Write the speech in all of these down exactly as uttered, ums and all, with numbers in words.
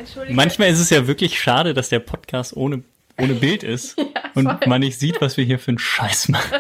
entschuldige. Manchmal ist es ja wirklich schade, dass der Podcast ohne, ohne Bild ist ja, und man nicht sieht, was wir hier für einen Scheiß machen.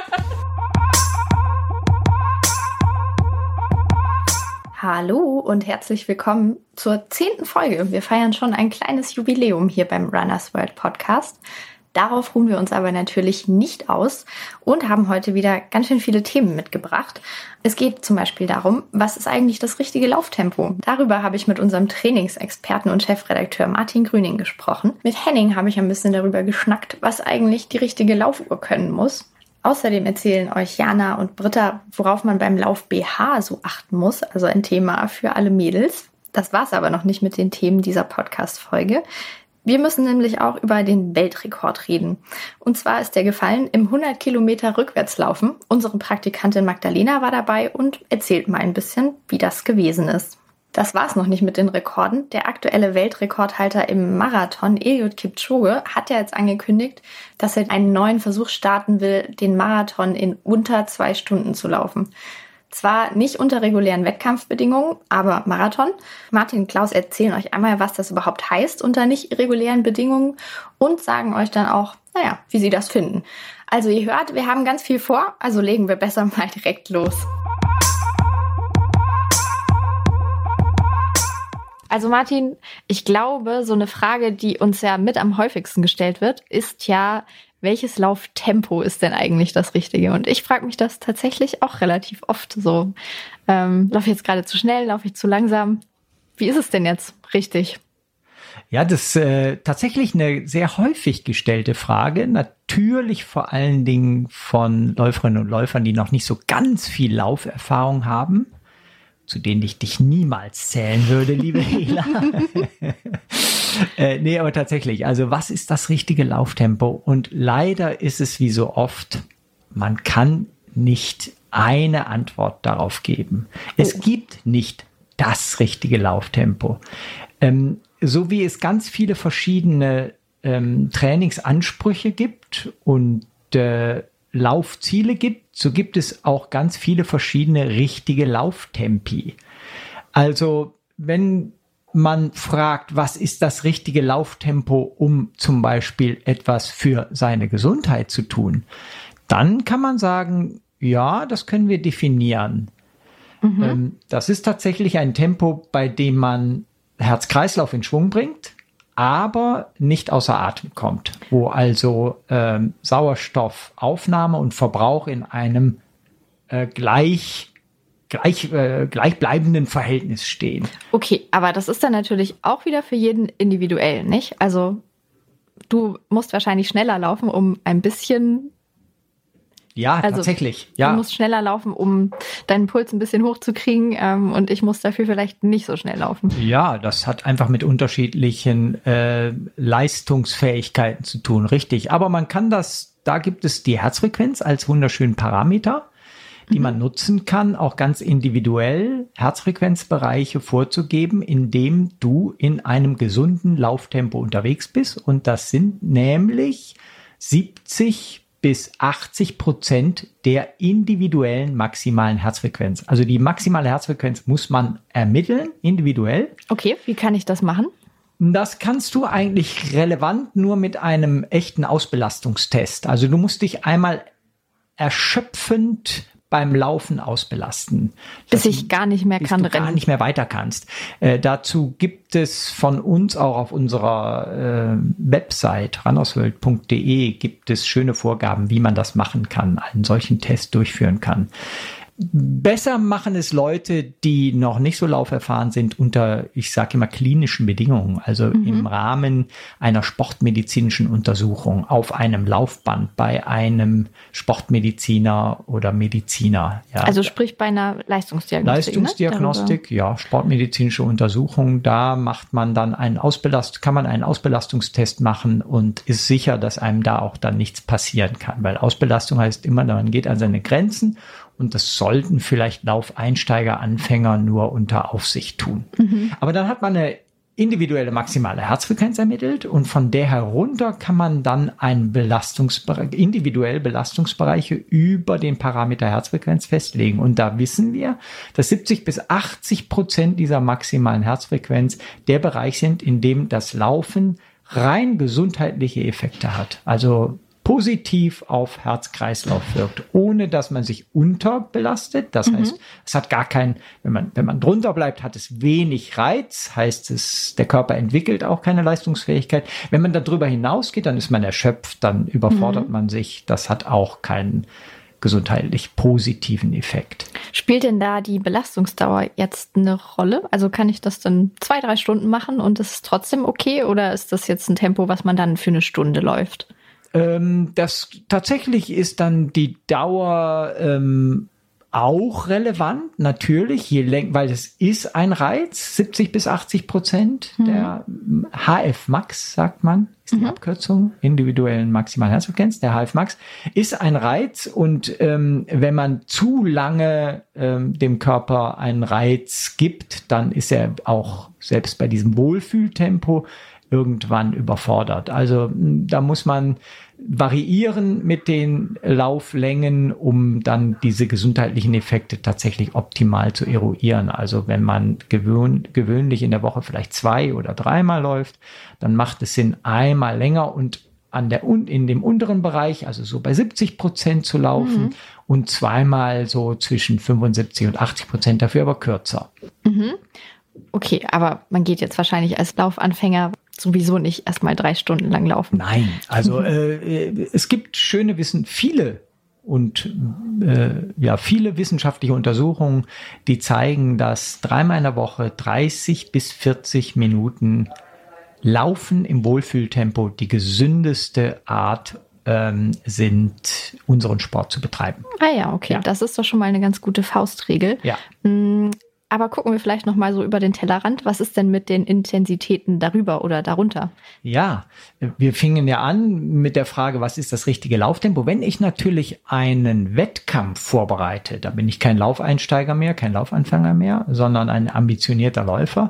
Hallo und herzlich willkommen zur zehnten Folge. Wir feiern schon ein kleines Jubiläum hier beim Runners World Podcast. Darauf ruhen wir uns aber natürlich nicht aus und haben heute wieder ganz schön viele Themen mitgebracht. Es geht zum Beispiel darum, was ist eigentlich das richtige Lauftempo? Darüber habe ich mit unserem Trainingsexperten und Chefredakteur Martin Grüning gesprochen. Mit Henning habe ich ein bisschen darüber geschnackt, was eigentlich die richtige Laufuhr können muss. Außerdem erzählen euch Jana und Britta, worauf man beim Lauf-B H so achten muss, also ein Thema für alle Mädels. Das war's aber noch nicht mit den Themen dieser Podcast-Folge. Wir müssen nämlich auch über den Weltrekord reden. Und zwar ist der gefallen im hundert Kilometer Rückwärtslaufen. Unsere Praktikantin Magdalena war dabei und erzählt mal ein bisschen, wie das gewesen ist. Das war's noch nicht mit den Rekorden. Der aktuelle Weltrekordhalter im Marathon, Eliud Kipchoge, hat ja jetzt angekündigt, dass er einen neuen Versuch starten will, den Marathon in unter zwei Stunden zu laufen. Zwar nicht unter regulären Wettkampfbedingungen, aber Marathon. Martin und Klaus erzählen euch einmal, was das überhaupt heißt unter nicht regulären Bedingungen und sagen euch dann auch, naja, wie sie das finden. Also ihr hört, wir haben ganz viel vor, also legen wir besser mal direkt los. Also Martin, ich glaube, so eine Frage, die uns ja mit am häufigsten gestellt wird, ist ja, welches Lauftempo ist denn eigentlich das Richtige? Und ich frage mich das tatsächlich auch relativ oft so. Ähm, laufe ich jetzt gerade zu schnell, laufe ich zu langsam? Wie ist es denn jetzt richtig? Ja, das ist äh, tatsächlich eine sehr häufig gestellte Frage. Natürlich vor allen Dingen von Läuferinnen und Läufern, die noch nicht so ganz viel Lauferfahrung haben, zu denen ich dich niemals zählen würde, liebe Hela. äh, nee, aber tatsächlich, also was ist das richtige Lauftempo? Und leider ist es wie so oft, man kann nicht eine Antwort darauf geben. Es gibt nicht das richtige Lauftempo. Ähm, so wie es ganz viele verschiedene ähm, Trainingsansprüche gibt und äh, Laufziele gibt, so gibt es auch ganz viele verschiedene richtige Lauftempi. Also wenn man fragt, was ist das richtige Lauftempo, um zum Beispiel etwas für seine Gesundheit zu tun, dann kann man sagen, ja, das können wir definieren. Mhm. Ähm, das ist tatsächlich ein Tempo, bei dem man Herz-Kreislauf in Schwung bringt, aber nicht außer Atem kommt, wo also ähm, Sauerstoffaufnahme und Verbrauch in einem äh, gleich, gleich, äh, gleichbleibenden Verhältnis stehen. Okay, aber das ist dann natürlich auch wieder für jeden individuell, nicht? Also du musst wahrscheinlich schneller laufen, um ein bisschen... Ja, also, tatsächlich. Ja. Du musst schneller laufen, um deinen Puls ein bisschen hochzukriegen, ähm, und ich muss dafür vielleicht nicht so schnell laufen. Ja, das hat einfach mit unterschiedlichen äh, Leistungsfähigkeiten zu tun, richtig. Aber man kann das, da gibt es die Herzfrequenz als wunderschönen Parameter, die mhm. man nutzen kann, auch ganz individuell Herzfrequenzbereiche vorzugeben, indem du in einem gesunden Lauftempo unterwegs bist. Und das sind nämlich siebzig bis achtzig Prozent der individuellen maximalen Herzfrequenz. Also die maximale Herzfrequenz muss man ermitteln, individuell. Okay, wie kann ich das machen? Das kannst du eigentlich relevant nur mit einem echten Ausbelastungstest. Also du musst dich einmal erschöpfend beim Laufen ausbelasten. Bis das, ich gar nicht mehr bis kann du rennen. gar nicht mehr weiter kannst. Äh, dazu gibt es von uns auch auf unserer äh, Website runnersworld punkt de gibt es schöne Vorgaben, wie man das machen kann, einen solchen Test durchführen kann. Besser machen es Leute, die noch nicht so lauferfahren sind, unter, ich sage immer, klinischen Bedingungen, also mhm. im Rahmen einer sportmedizinischen Untersuchung auf einem Laufband bei einem Sportmediziner oder Mediziner. Ja. Also sprich bei einer Leistungsdiagnostik. Leistungsdiagnostik, ne? Ja, sportmedizinische Untersuchung, da macht man dann einen Ausbelast, kann man einen Ausbelastungstest machen und ist sicher, dass einem da auch dann nichts passieren kann, weil Ausbelastung heißt immer, man geht an seine Grenzen. Und das sollten vielleicht Laufeinsteiger, Anfänger nur unter Aufsicht tun. Mhm. Aber dann hat man eine individuelle maximale Herzfrequenz ermittelt und von der herunter kann man dann einen Belastungsbereich, individuell Belastungsbereiche über den Parameter Herzfrequenz festlegen. Und da wissen wir, dass siebzig bis achtzig Prozent dieser maximalen Herzfrequenz der Bereich sind, in dem das Laufen rein gesundheitliche Effekte hat. Also positiv auf Herz-Kreislauf wirkt, ohne dass man sich unterbelastet. Das mhm. heißt, es hat gar kein, wenn man, wenn man drunter bleibt, hat es wenig Reiz, heißt es, der Körper entwickelt auch keine Leistungsfähigkeit. Wenn man darüber hinausgeht, dann ist man erschöpft, dann überfordert mhm. man sich. Das hat auch keinen gesundheitlich positiven Effekt. Spielt denn da die Belastungsdauer jetzt eine Rolle? Also kann ich das dann zwei, drei Stunden machen und es ist trotzdem okay? Oder ist das jetzt ein Tempo, was man dann für eine Stunde läuft? Das tatsächlich ist dann die Dauer ähm, auch relevant, natürlich, je länger, weil es ist ein Reiz, siebzig bis achtzig Prozent mhm. der H F Max, sagt man, ist die mhm. Abkürzung, individuellen maximalen Herzfrequenz, der H F Max, ist ein Reiz und ähm, wenn man zu lange ähm, dem Körper einen Reiz gibt, dann ist er auch selbst bei diesem Wohlfühltempo irgendwann überfordert. Also da muss man variieren mit den Lauflängen, um dann diese gesundheitlichen Effekte tatsächlich optimal zu eruieren. Also wenn man gewöhn, gewöhnlich in der Woche vielleicht zwei oder dreimal läuft, dann macht es Sinn, einmal länger und an der in dem unteren Bereich, also so bei siebzig Prozent zu laufen mhm. und zweimal so zwischen fünfundsiebzig und achtzig Prozent, dafür aber kürzer. Mhm. Okay, aber man geht jetzt wahrscheinlich als Laufanfänger sowieso nicht erstmal drei Stunden lang laufen. Nein, also äh, es gibt schöne Wissen, viele und äh, ja viele wissenschaftliche Untersuchungen, die zeigen, dass dreimal in der Woche dreißig bis vierzig Minuten Laufen im Wohlfühltempo die gesündeste Art ähm, sind, unseren Sport zu betreiben. Ah ja, okay, ja. Das ist doch schon mal eine ganz gute Faustregel. Ja. Mm. Aber gucken wir vielleicht noch mal so über den Tellerrand. Was ist denn mit den Intensitäten darüber oder darunter? Ja, wir fingen ja an mit der Frage, was ist das richtige Lauftempo? Wenn ich natürlich einen Wettkampf vorbereite, da bin ich kein Laufeinsteiger mehr, kein Laufanfänger mehr, sondern ein ambitionierter Läufer,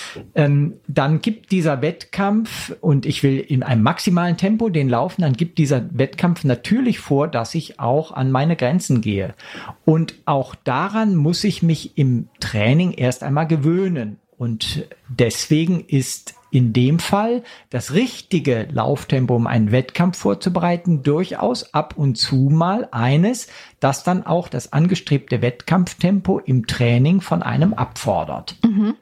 ähm, dann gibt dieser Wettkampf, und ich will in einem maximalen Tempo den laufen, dann gibt dieser Wettkampf natürlich vor, dass ich auch an meine Grenzen gehe. Und auch daran muss ich mich im Training erst einmal gewöhnen. Und deswegen ist in dem Fall das richtige Lauftempo, um einen Wettkampf vorzubereiten, durchaus ab und zu mal eines, das dann auch das angestrebte Wettkampftempo im Training von einem abfordert. Mhm.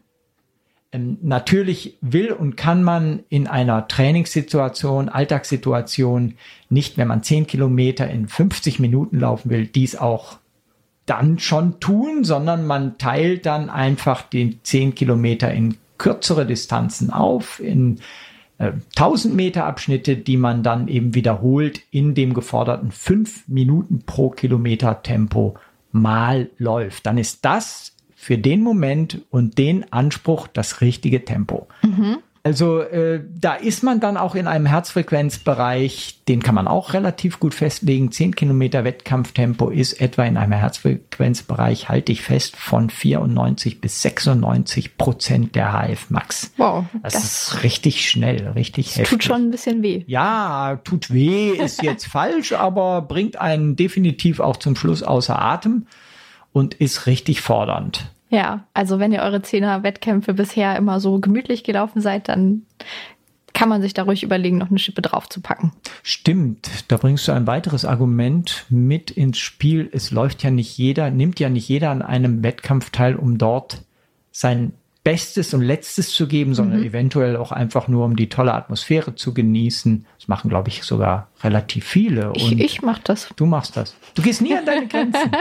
Ähm, natürlich will und kann man in einer Trainingssituation, Alltagssituation nicht, wenn man zehn Kilometer in fünfzig Minuten laufen will, dies auch dann schon tun, sondern man teilt dann einfach die zehn Kilometer in kürzere Distanzen auf, in äh, tausend Meter Abschnitte, die man dann eben wiederholt in dem geforderten fünf Minuten pro Kilometer Tempo mal läuft. Dann ist das für den Moment und den Anspruch das richtige Tempo. Mhm. Also äh, da ist man dann auch in einem Herzfrequenzbereich, den kann man auch relativ gut festlegen. zehn Kilometer Wettkampftempo ist etwa in einem Herzfrequenzbereich, halte ich fest, von vierundneunzig bis sechsundneunzig Prozent der H F Max. Wow. Das, das ist richtig schnell, richtig heftig. Tut schon ein bisschen weh. Ja, tut weh, ist jetzt falsch, aber bringt einen definitiv auch zum Schluss außer Atem und ist richtig fordernd. Ja, also wenn ihr eure Zehner-Wettkämpfe bisher immer so gemütlich gelaufen seid, dann kann man sich da ruhig überlegen, noch eine Schippe drauf zu packen. Stimmt, da bringst du ein weiteres Argument mit ins Spiel. Es läuft ja nicht jeder, nimmt ja nicht jeder an einem Wettkampf teil, um dort sein Bestes und Letztes zu geben, sondern mhm. eventuell auch einfach nur, um die tolle Atmosphäre zu genießen. Das machen, glaube ich, sogar relativ viele. Und ich ich mache das. Du machst das. Du gehst nie an deine Grenzen.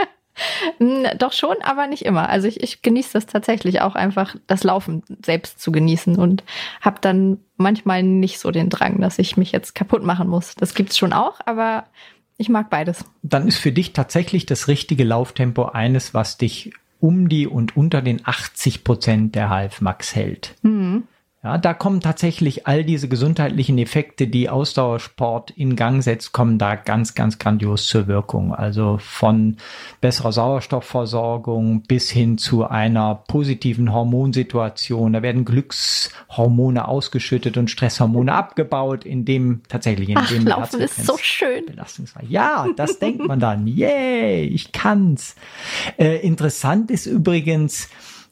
Doch schon, aber nicht immer. Also ich, ich genieße das tatsächlich auch einfach, das Laufen selbst zu genießen und habe dann manchmal nicht so den Drang, dass ich mich jetzt kaputt machen muss. Das gibt's schon auch, aber ich mag beides. Dann ist für dich tatsächlich das richtige Lauftempo eines, was dich um die und unter den achtzig Prozent der H F Max hält. Mhm. Ja, da kommen tatsächlich all diese gesundheitlichen Effekte, die Ausdauersport in Gang setzt, kommen da ganz, ganz grandios zur Wirkung. Also von besserer Sauerstoffversorgung bis hin zu einer positiven Hormonsituation. Da werden Glückshormone ausgeschüttet und Stresshormone abgebaut, in dem tatsächlich in Ach, dem Laufen ist so schön. Ja, das denkt man dann. Yay, ich kann's. Äh, interessant ist übrigens,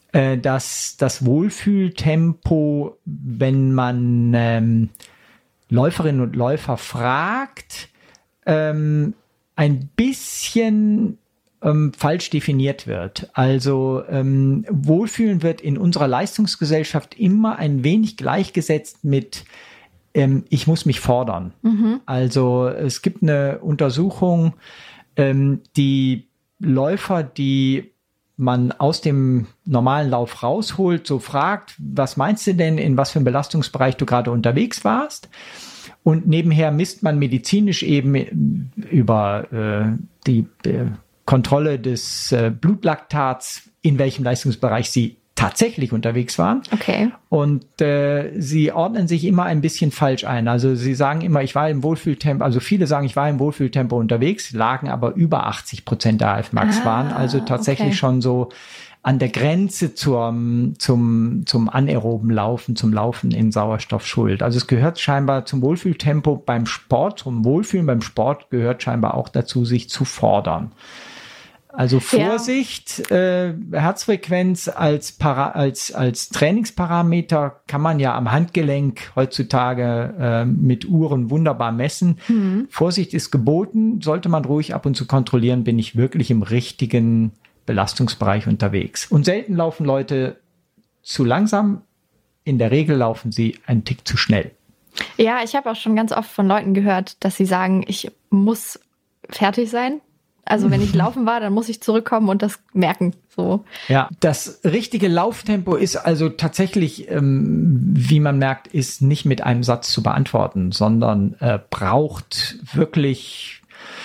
dass das Wohlfühltempo, wenn man ähm, Läuferinnen und Läufer fragt, ähm, ein bisschen ähm, falsch definiert wird. Also ähm, Wohlfühlen wird in unserer Leistungsgesellschaft immer ein wenig gleichgesetzt mit ähm, ich muss mich fordern. Mhm. Also es gibt eine Untersuchung, ähm, die Läufer, die man aus dem normalen Lauf rausholt, so fragt, was meinst du denn, in was für einem Belastungsbereich du gerade unterwegs warst? Und nebenher misst man medizinisch eben über äh, die äh, Kontrolle des äh, Blutlaktats, in welchem Leistungsbereich sie tatsächlich unterwegs waren. Okay. Und äh, sie ordnen sich immer ein bisschen falsch ein. Also sie sagen immer, ich war im Wohlfühltempo, also viele sagen, ich war im Wohlfühltempo unterwegs, lagen aber über achtzig Prozent der A F Max, ah, waren also tatsächlich okay. schon so an der Grenze zum, zum, zum anaeroben Laufen, zum Laufen in Sauerstoff schuld. Also es gehört scheinbar zum Wohlfühltempo beim Sport, zum Wohlfühlen beim Sport gehört scheinbar auch dazu, sich zu fordern. Also Vorsicht, ja. äh, Herzfrequenz als, Para, als, als Trainingsparameter kann man ja am Handgelenk heutzutage äh, mit Uhren wunderbar messen. Mhm. Vorsicht ist geboten, sollte man ruhig ab und zu kontrollieren, bin ich wirklich im richtigen Belastungsbereich unterwegs. Und selten laufen Leute zu langsam, in der Regel laufen sie einen Tick zu schnell. Ja, ich habe auch schon ganz oft von Leuten gehört, dass sie sagen, ich muss fertig sein. Also wenn ich laufen war, dann muss ich zurückkommen und das merken. So. Ja, das richtige Lauftempo ist also tatsächlich, ähm, wie man merkt, ist nicht mit einem Satz zu beantworten, sondern äh, braucht wirklich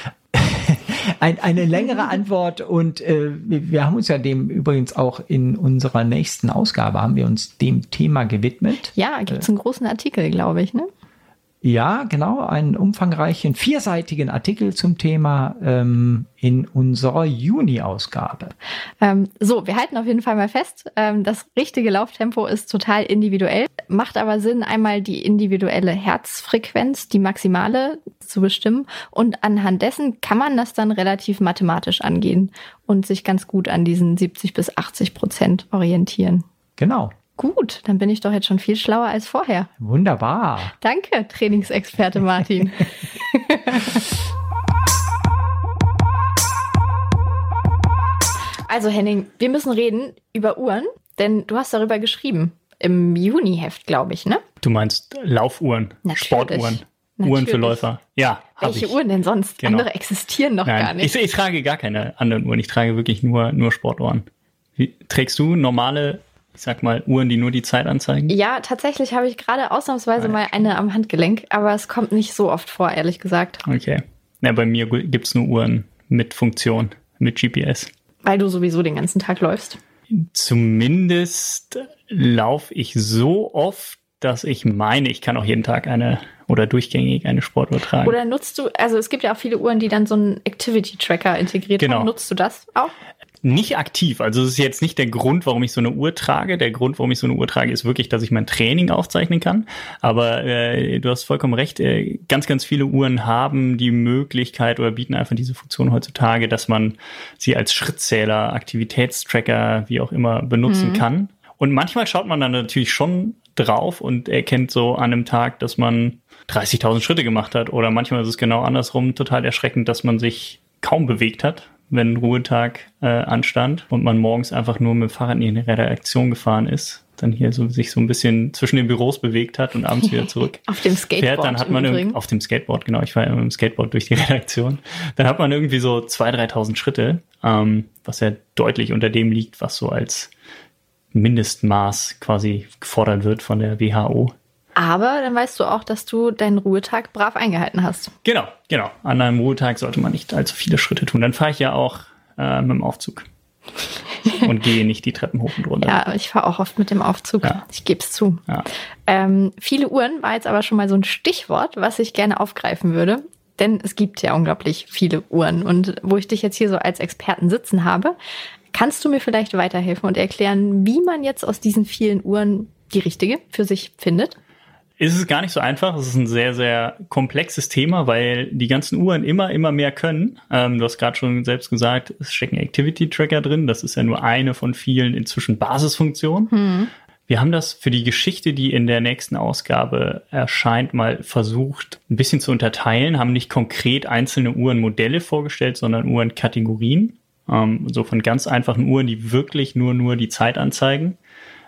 ein, eine längere Antwort. Und äh, wir, wir haben uns ja dem übrigens auch in unserer nächsten Ausgabe, haben wir uns dem Thema gewidmet. Ja, gibt es einen großen Artikel, glaube ich, ne? Ja, genau, einen umfangreichen, vierseitigen Artikel zum Thema ähm, in unserer Juni-Ausgabe. Ähm, so, wir halten auf jeden Fall mal fest, ähm, das richtige Lauftempo ist total individuell, macht aber Sinn, einmal die individuelle Herzfrequenz, die maximale, zu bestimmen und anhand dessen kann man das dann relativ mathematisch angehen und sich ganz gut an diesen siebzig bis achtzig Prozent orientieren. Genau. Gut, dann bin ich doch jetzt schon viel schlauer als vorher. Wunderbar. Danke, Trainingsexperte Martin. Also Henning, wir müssen reden über Uhren, denn du hast darüber geschrieben. Im Juni-Heft, glaube ich, ne? Du meinst Laufuhren, Natürlich. Sportuhren, Natürlich. Uhren für Läufer. Ja, welche ich. Uhren denn sonst? Genau. Andere existieren noch Nein, gar nicht. Ich, ich trage gar keine anderen Uhren. Ich trage wirklich nur, nur Sportuhren. Wie, trägst du normale, ich sag mal, Uhren, die nur die Zeit anzeigen? Ja, tatsächlich habe ich gerade ausnahmsweise mal eine am Handgelenk, aber es kommt nicht so oft vor, ehrlich gesagt. Okay. Ja, bei mir gibt es nur Uhren mit Funktion, mit G P S. Weil du sowieso den ganzen Tag läufst? Zumindest laufe ich so oft, dass ich meine, ich kann auch jeden Tag eine oder durchgängig eine Sportuhr tragen. Oder nutzt du, also es gibt ja auch viele Uhren, die dann so einen Activity-Tracker integriert genau. haben. Nutzt du das auch? Nicht aktiv. Also es ist jetzt nicht der Grund, warum ich so eine Uhr trage. Der Grund, warum ich so eine Uhr trage, ist wirklich, dass ich mein Training aufzeichnen kann. Aber äh, du hast vollkommen recht. Äh, ganz, ganz viele Uhren haben die Möglichkeit oder bieten einfach diese Funktion heutzutage, dass man sie als Schrittzähler, Aktivitätstracker, wie auch immer, benutzen mhm. kann. Und manchmal schaut man dann natürlich schon drauf und erkennt so an einem Tag, dass man dreißigtausend Schritte gemacht hat. Oder manchmal ist es genau andersrum, total erschreckend, dass man sich kaum bewegt hat, wenn ein Ruhetag äh, anstand und man morgens einfach nur mit dem Fahrrad in die Redaktion gefahren ist, dann hier so sich so ein bisschen zwischen den Büros bewegt hat und abends wieder zurück auf dem Skateboard fährt, dann hat man irg- auf dem Skateboard, genau, ich fahre immer mit dem Skateboard durch die Redaktion, dann hat man irgendwie so zweitausend, dreitausend Schritte, ähm, was ja deutlich unter dem liegt, was so als Mindestmaß quasi gefordert wird von der W H O. Aber dann weißt du auch, dass du deinen Ruhetag brav eingehalten hast. Genau, genau. An einem Ruhetag sollte man nicht allzu viele Schritte tun. Dann fahre ich ja auch äh, mit dem Aufzug. und gehe nicht die Treppen hoch und runter. Ja, ich fahre auch oft mit dem Aufzug. Ja. Ich gebe es zu. Ja. Ähm, viele Uhren war jetzt aber schon mal so ein Stichwort, was ich gerne aufgreifen würde. Denn es gibt ja unglaublich viele Uhren. Und wo ich dich jetzt hier so als Experten sitzen habe, kannst du mir vielleicht weiterhelfen und erklären, wie man jetzt aus diesen vielen Uhren die richtige für sich findet? Ist es gar nicht so einfach. Es ist ein sehr, sehr komplexes Thema, weil die ganzen Uhren immer, immer mehr können. Ähm, du hast gerade schon selbst gesagt, es stecken Activity-Tracker drin. Das ist ja nur eine von vielen inzwischen Basisfunktionen. Hm. Wir haben das für die Geschichte, die in der nächsten Ausgabe erscheint, mal versucht, ein bisschen zu unterteilen, haben nicht konkret einzelne Uhrenmodelle vorgestellt, sondern Uhrenkategorien. Ähm, so von ganz einfachen Uhren, die wirklich nur, nur die Zeit anzeigen.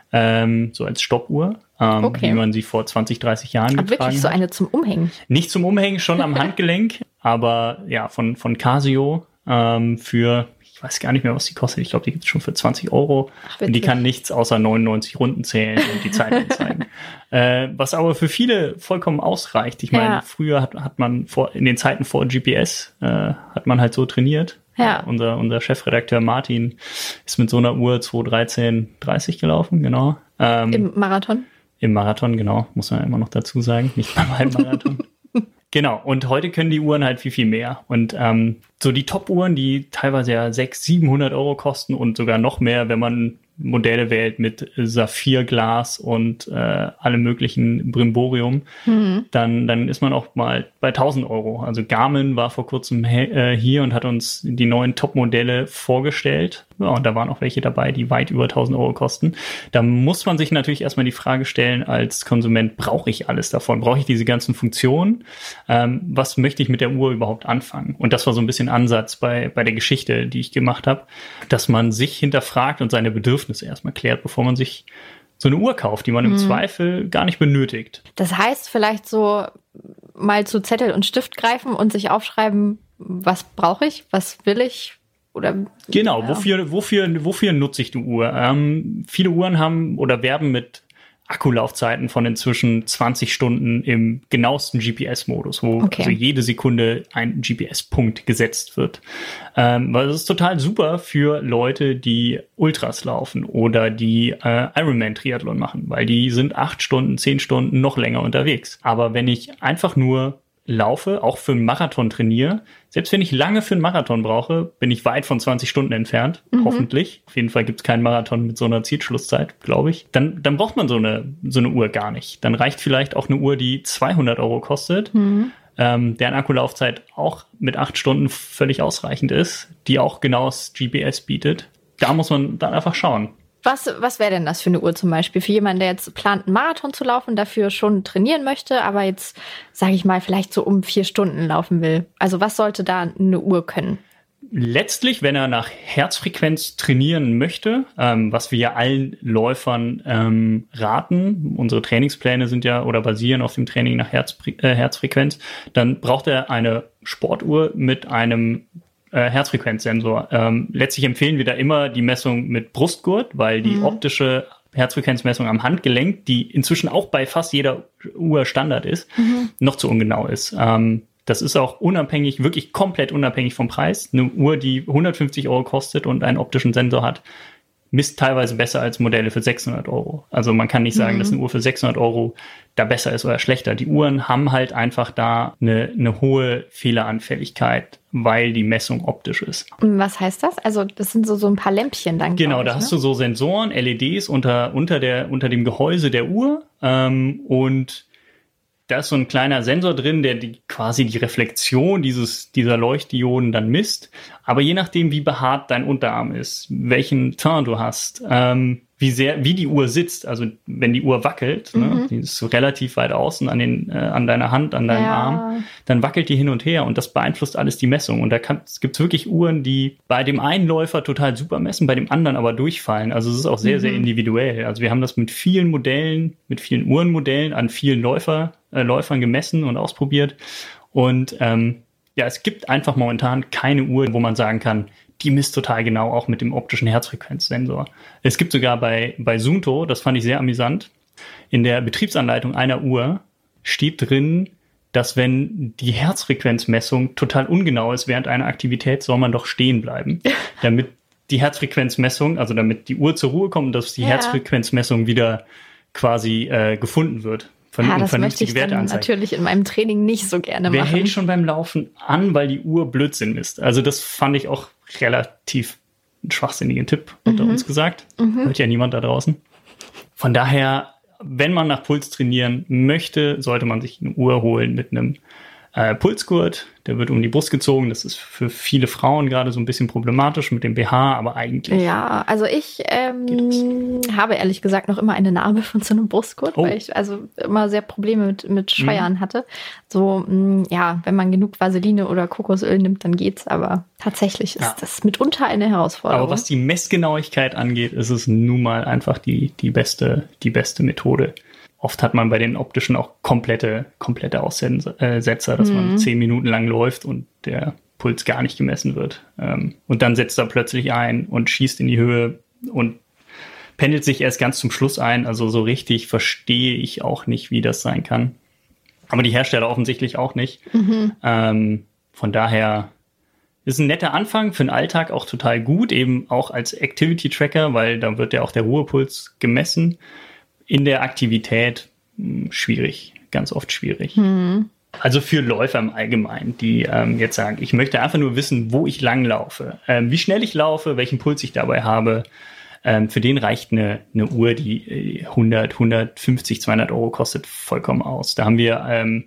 Ähm, so als Stoppuhr, ähm, okay. wie man sie vor zwanzig, dreißig Jahren getragen hat. Wirklich so eine zum Umhängen? Nicht zum Umhängen, schon am Handgelenk, aber ja, von, von Casio ähm, für, ich weiß gar nicht mehr, was die kostet. Ich glaube, die gibt es schon für zwanzig Euro. Ach, und die kann nichts außer neunundneunzig Runden zählen und die Zeit anzeigen. äh, was aber für viele vollkommen ausreicht. Ich meine, ja. früher hat, hat man vor, in den Zeiten vor G P S, äh, hat man halt so trainiert. Ja. Unser, unser Chefredakteur Martin ist mit so einer Uhr zwei dreizehn dreißig gelaufen, genau. Ähm, Im Marathon? Im Marathon, genau, muss man immer noch dazu sagen, nicht beim Halbmarathon. Genau, und heute können die Uhren halt viel, viel mehr. Und ähm, so die Top-Uhren, die teilweise ja sechshundert, siebenhundert Euro kosten und sogar noch mehr, wenn man Modelle wählt mit Saphirglas und äh, allem möglichen Brimborium, mhm. dann dann ist man auch mal bei tausend Euro. Also Garmin war vor kurzem he- äh, hier und hat uns die neuen Top-Modelle vorgestellt. Ja, und da waren auch welche dabei, die weit über tausend Euro kosten. Da muss man sich natürlich erstmal die Frage stellen, als Konsument, brauche ich alles davon? Brauche ich diese ganzen Funktionen? Ähm, was möchte ich mit der Uhr überhaupt anfangen? Und das war so ein bisschen Ansatz bei bei der Geschichte, die ich gemacht habe, dass man sich hinterfragt und seine Bedürfnisse erstmal klärt, bevor man sich so eine Uhr kauft, die man im mhm. Zweifel gar nicht benötigt. Das heißt, vielleicht so mal zu Zettel und Stift greifen und sich aufschreiben, was brauche ich, was will ich? Oder, genau, ja. wofür, wofür, wofür nutze ich die Uhr? Ähm, viele Uhren haben oder werben mit Akkulaufzeiten von inzwischen zwanzig Stunden im genauesten G P S-Modus, wo okay. also jede Sekunde ein G P S-Punkt gesetzt wird. Ähm, weil das ist total super für Leute, die Ultras laufen oder die äh, Ironman-Triathlon machen, weil die sind acht Stunden, zehn Stunden noch länger unterwegs. Aber wenn ich einfach nur laufe, auch für einen Marathon trainiere, selbst wenn ich lange für einen Marathon brauche, bin ich weit von zwanzig Stunden entfernt, mhm. hoffentlich. Auf jeden Fall gibt es keinen Marathon mit so einer Zielschlusszeit, glaube ich. Dann, dann braucht man so eine, so eine Uhr gar nicht. Dann reicht vielleicht auch eine Uhr, die zweihundert Euro kostet, mhm. ähm, deren Akkulaufzeit auch mit acht Stunden völlig ausreichend ist, die auch genaues G P S bietet. Da muss man dann einfach schauen. Was, was wäre denn das für eine Uhr zum Beispiel? Für jemanden, der jetzt plant, einen Marathon zu laufen, dafür schon trainieren möchte, aber jetzt, sage ich mal, vielleicht so um vier Stunden laufen will. Also was sollte da eine Uhr können? Letztlich, wenn er nach Herzfrequenz trainieren möchte, ähm, was wir ja allen Läufern ähm, raten, unsere Trainingspläne sind ja oder basieren auf dem Training nach Herz, äh, Herzfrequenz, dann braucht er eine Sportuhr mit einem Äh, Herzfrequenzsensor. Ähm, letztlich empfehlen wir da immer die Messung mit Brustgurt, weil die mhm. optische Herzfrequenzmessung am Handgelenk, die inzwischen auch bei fast jeder Uhr Standard ist, mhm. noch zu ungenau ist. Ähm, das ist auch unabhängig, wirklich komplett unabhängig vom Preis. Eine Uhr, die hundertfünfzig Euro kostet und einen optischen Sensor hat, misst teilweise besser als Modelle für sechshundert Euro. Also man kann nicht sagen, mhm. dass eine Uhr für sechshundert Euro da besser ist oder schlechter. Die Uhren haben halt einfach da eine, eine hohe Fehleranfälligkeit, weil die Messung optisch ist. Was heißt das? Also das sind so, so ein paar Lämpchen dann. Genau, ich, da ne? hast du so Sensoren, L E Ds unter, unter, der, unter dem Gehäuse der Uhr ähm, und da ist so ein kleiner Sensor drin, der die, quasi die Reflexion dieses, dieser Leuchtdioden dann misst. Aber je nachdem, wie behaart dein Unterarm ist, welchen Teint du hast, ähm, wie sehr, wie die Uhr sitzt. Also wenn die Uhr wackelt, mhm. ne, die ist so relativ weit außen an den, äh, an deiner Hand, an deinem ja. Arm, dann wackelt die hin und her und das beeinflusst alles die Messung. Und da gibt es wirklich Uhren, die bei dem einen Läufer total super messen, bei dem anderen aber durchfallen. Also es ist auch sehr, mhm. sehr individuell. Also wir haben das mit vielen Modellen, mit vielen Uhrenmodellen an vielen Läufer, äh, Läufern gemessen und ausprobiert. Und ähm, ja, es gibt einfach momentan keine Uhr, wo man sagen kann, die misst total genau, auch mit dem optischen Herzfrequenzsensor. Es gibt sogar bei, bei Suunto, das fand ich sehr amüsant, in der Betriebsanleitung einer Uhr steht drin, dass wenn die Herzfrequenzmessung total ungenau ist während einer Aktivität, soll man doch stehen bleiben, damit die Herzfrequenzmessung, also damit die Uhr zur Ruhe kommt und dass die ja. Herzfrequenzmessung wieder quasi äh, gefunden wird. Ja, das möchte ich dann natürlich in meinem Training nicht so gerne Wer machen. Wer hält schon beim Laufen an, weil die Uhr Blödsinn misst? Also das fand ich auch relativ einen schwachsinnigen Tipp unter mhm. uns gesagt. Mhm. Hört ja niemand da draußen. Von daher, wenn man nach Puls trainieren möchte, sollte man sich eine Uhr holen mit einem äh, Pulsgurt. Der wird um die Brust gezogen. Das ist für viele Frauen gerade so ein bisschen problematisch mit dem B H, aber eigentlich. Ja, also ich ähm, habe ehrlich gesagt noch immer eine Narbe von so einem Brustgurt, oh. weil ich also immer sehr Probleme mit, mit Scheuern mhm. hatte. So, mh, ja, wenn man genug Vaseline oder Kokosöl nimmt, dann geht's, aber tatsächlich ist ja. das mitunter eine Herausforderung. Aber was die Messgenauigkeit angeht, ist es nun mal einfach die, die beste, die beste Methode. Oft hat man bei den optischen auch komplette, komplette Aussetzer, dass mhm. man zehn Minuten lang läuft und der Puls gar nicht gemessen wird. Und dann setzt er plötzlich ein und schießt in die Höhe und pendelt sich erst ganz zum Schluss ein. Also so richtig verstehe ich auch nicht, wie das sein kann. Aber die Hersteller offensichtlich auch nicht. Mhm. Ähm, von daher ist ein netter Anfang für den Alltag auch total gut, eben auch als Activity-Tracker, weil da wird ja auch der Ruhepuls gemessen. In der Aktivität mh, schwierig, ganz oft schwierig. Mhm. Also für Läufer im Allgemeinen, die ähm, jetzt sagen, ich möchte einfach nur wissen, wo ich lang laufe, ähm, wie schnell ich laufe, welchen Puls ich dabei habe. Ähm, für den reicht eine, eine Uhr, die hundert, hundertfünfzig, zweihundert Euro kostet, vollkommen aus. Da haben wir ähm,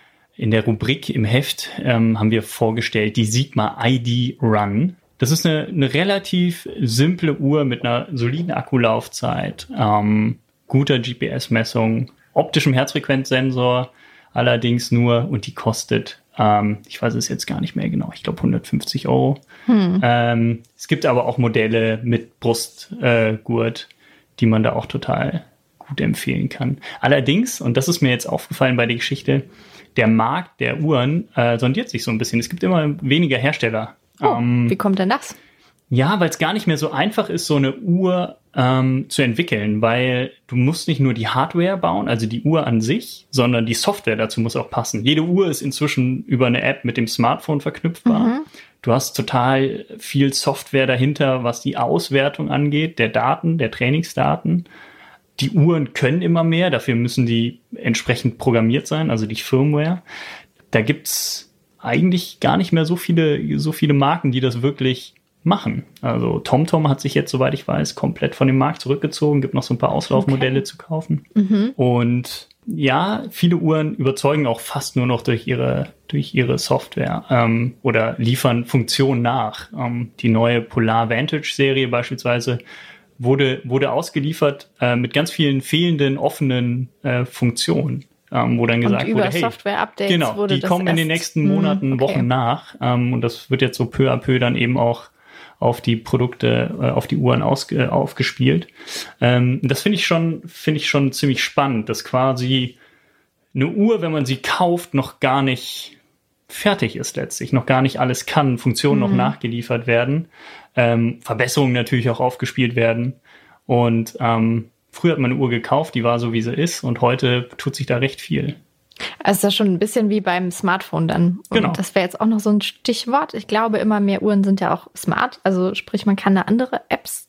in der Rubrik im Heft ähm, haben wir vorgestellt die Sigma I D Run. Das ist eine, eine relativ simple Uhr mit einer soliden Akkulaufzeit, ähm, guter G P S-Messung, optischem Herzfrequenzsensor allerdings nur und die kostet, ähm, ich weiß es jetzt gar nicht mehr genau, ich glaube hundertfünfzig Euro. Hm. Ähm, es gibt aber auch Modelle mit Brustgurt, äh, die man da auch total gut empfehlen kann. Allerdings, und das ist mir jetzt aufgefallen bei der Geschichte, der Markt der Uhren äh, sondiert sich so ein bisschen. Es gibt immer weniger Hersteller. Oh, ähm, wie kommt denn das? Ja, weil es gar nicht mehr so einfach ist, so eine Uhr ähm, zu entwickeln, weil du musst nicht nur die Hardware bauen, also die Uhr an sich, sondern die Software dazu muss auch passen. Jede Uhr ist inzwischen über eine App mit dem Smartphone verknüpfbar. Mhm. Du hast total viel Software dahinter, was die Auswertung angeht, der Daten, der Trainingsdaten. Die Uhren können immer mehr, dafür müssen die entsprechend programmiert sein, also die Firmware. Da gibt's eigentlich gar nicht mehr so viele, so viele Marken, die das wirklich machen. Also TomTom hat sich jetzt, soweit ich weiß, komplett von dem Markt zurückgezogen, gibt noch so ein paar Auslaufmodelle okay. zu kaufen. Mhm. Und ja, viele Uhren überzeugen auch fast nur noch durch ihre, durch ihre Software ähm, oder liefern Funktionen nach. Ähm, die neue Polar Vantage Serie beispielsweise wurde, wurde ausgeliefert äh, mit ganz vielen fehlenden, offenen äh, Funktionen. Ähm, wo dann gesagt und über wurde, hey, Software-Updates genau, wurde die das kommen in den nächsten Monaten, okay. Wochen nach. Ähm, und das wird jetzt so peu à peu dann eben auch auf die Produkte, äh, auf die Uhren aus, äh, aufgespielt. Ähm, das finde ich schon, finde ich schon ziemlich spannend, dass quasi eine Uhr, wenn man sie kauft, noch gar nicht fertig ist letztlich, noch gar nicht alles kann, Funktionen mhm. noch nachgeliefert werden, ähm, Verbesserungen natürlich auch aufgespielt werden. Und ähm, früher hat man eine Uhr gekauft, die war so, wie sie ist, und heute tut sich da recht viel. Also das ist schon ein bisschen wie beim Smartphone dann. Und genau. Das wäre jetzt auch noch so ein Stichwort. Ich glaube, immer mehr Uhren sind ja auch smart. Also sprich, man kann da andere Apps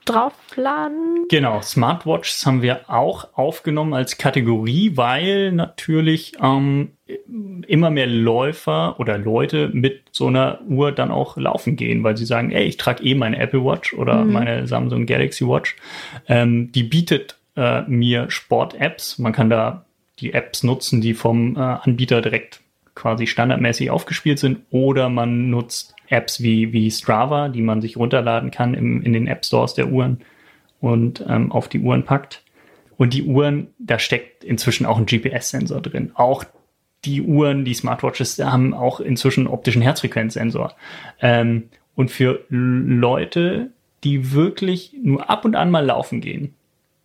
draufladen. Genau, Smartwatches haben wir auch aufgenommen als Kategorie, weil natürlich ähm, immer mehr Läufer oder Leute mit so einer Uhr dann auch laufen gehen, weil sie sagen, ey, ich trage eh meine Apple Watch oder mhm. meine Samsung Galaxy Watch. Ähm, die bietet äh, mir Sport-Apps. Man kann da die Apps nutzen, die vom äh, Anbieter direkt quasi standardmäßig aufgespielt sind, oder man nutzt Apps wie, wie Strava, die man sich runterladen kann im, in den App Stores der Uhren und ähm, auf die Uhren packt. Und die Uhren, da steckt inzwischen auch ein G P S-Sensor drin. Auch die Uhren, die Smartwatches, haben auch inzwischen optischen Herzfrequenzsensor. Ähm, und für Leute, die wirklich nur ab und an mal laufen gehen,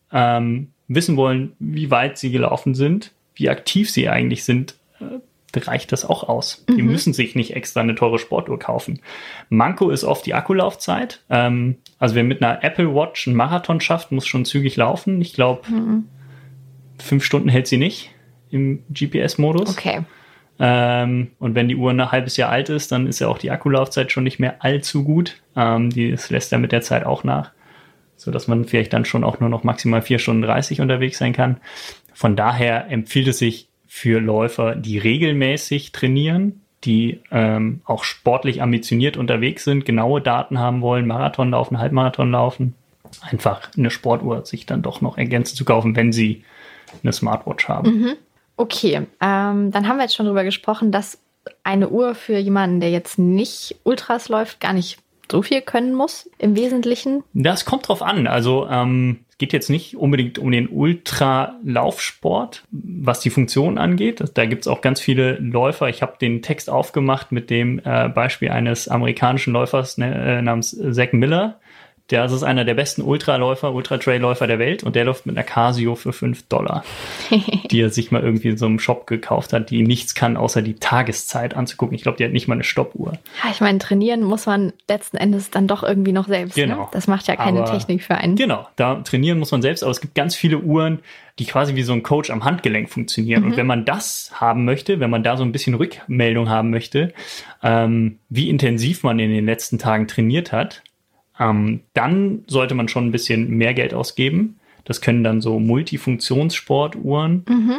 ähm, wissen wollen, wie weit sie gelaufen sind, wie aktiv sie eigentlich sind, äh, reicht das auch aus. Mhm. Die müssen sich nicht extra eine teure Sportuhr kaufen. Manko ist oft die Akkulaufzeit. Ähm, also wer mit einer Apple Watch einen Marathon schafft, muss schon zügig laufen. Ich glaube, mhm. fünf Stunden hält sie nicht im G P S-Modus. Okay. Ähm, und wenn die Uhr ein halbes Jahr alt ist, dann ist ja auch die Akkulaufzeit schon nicht mehr allzu gut. Ähm, die, das lässt ja mit der Zeit auch nach, sodass man vielleicht dann schon auch nur noch maximal vier Stunden dreißig unterwegs sein kann. Von daher empfiehlt es sich für Läufer, die regelmäßig trainieren, die ähm, auch sportlich ambitioniert unterwegs sind, genaue Daten haben wollen, Marathon laufen, Halbmarathon laufen, einfach eine Sportuhr sich dann doch noch ergänzend zu kaufen, wenn sie eine Smartwatch haben. Mhm. Okay, ähm, dann haben wir jetzt schon drüber gesprochen, dass eine Uhr für jemanden, der jetzt nicht Ultras läuft, gar nicht so viel können muss im Wesentlichen. Das kommt drauf an. Also ähm, es geht jetzt nicht unbedingt um den Ultralaufsport, was die Funktion angeht. Da gibt es auch ganz viele Läufer. Ich habe den Text aufgemacht mit dem äh, Beispiel eines amerikanischen Läufers ne, äh, namens Zach Miller. Der ist einer der besten Ultraläufer, Ultra-Trail-Läufer der Welt und der läuft mit einer Casio für fünf Dollar, die er sich mal irgendwie in so einem Shop gekauft hat, die nichts kann, außer die Tageszeit anzugucken. Ich glaube, die hat nicht mal eine Stoppuhr. Ja, ich meine, trainieren muss man letzten Endes dann doch irgendwie noch selbst. Genau. Ne? Das macht ja keine aber, Technik für einen. Genau, da trainieren muss man selbst, aber es gibt ganz viele Uhren, die quasi wie so ein Coach am Handgelenk funktionieren. Mhm. Und wenn man das haben möchte, wenn man da so ein bisschen Rückmeldung haben möchte, ähm, wie intensiv man in den letzten Tagen trainiert hat, Ähm, dann sollte man schon ein bisschen mehr Geld ausgeben. Das können dann so Multifunktionssportuhren, mhm.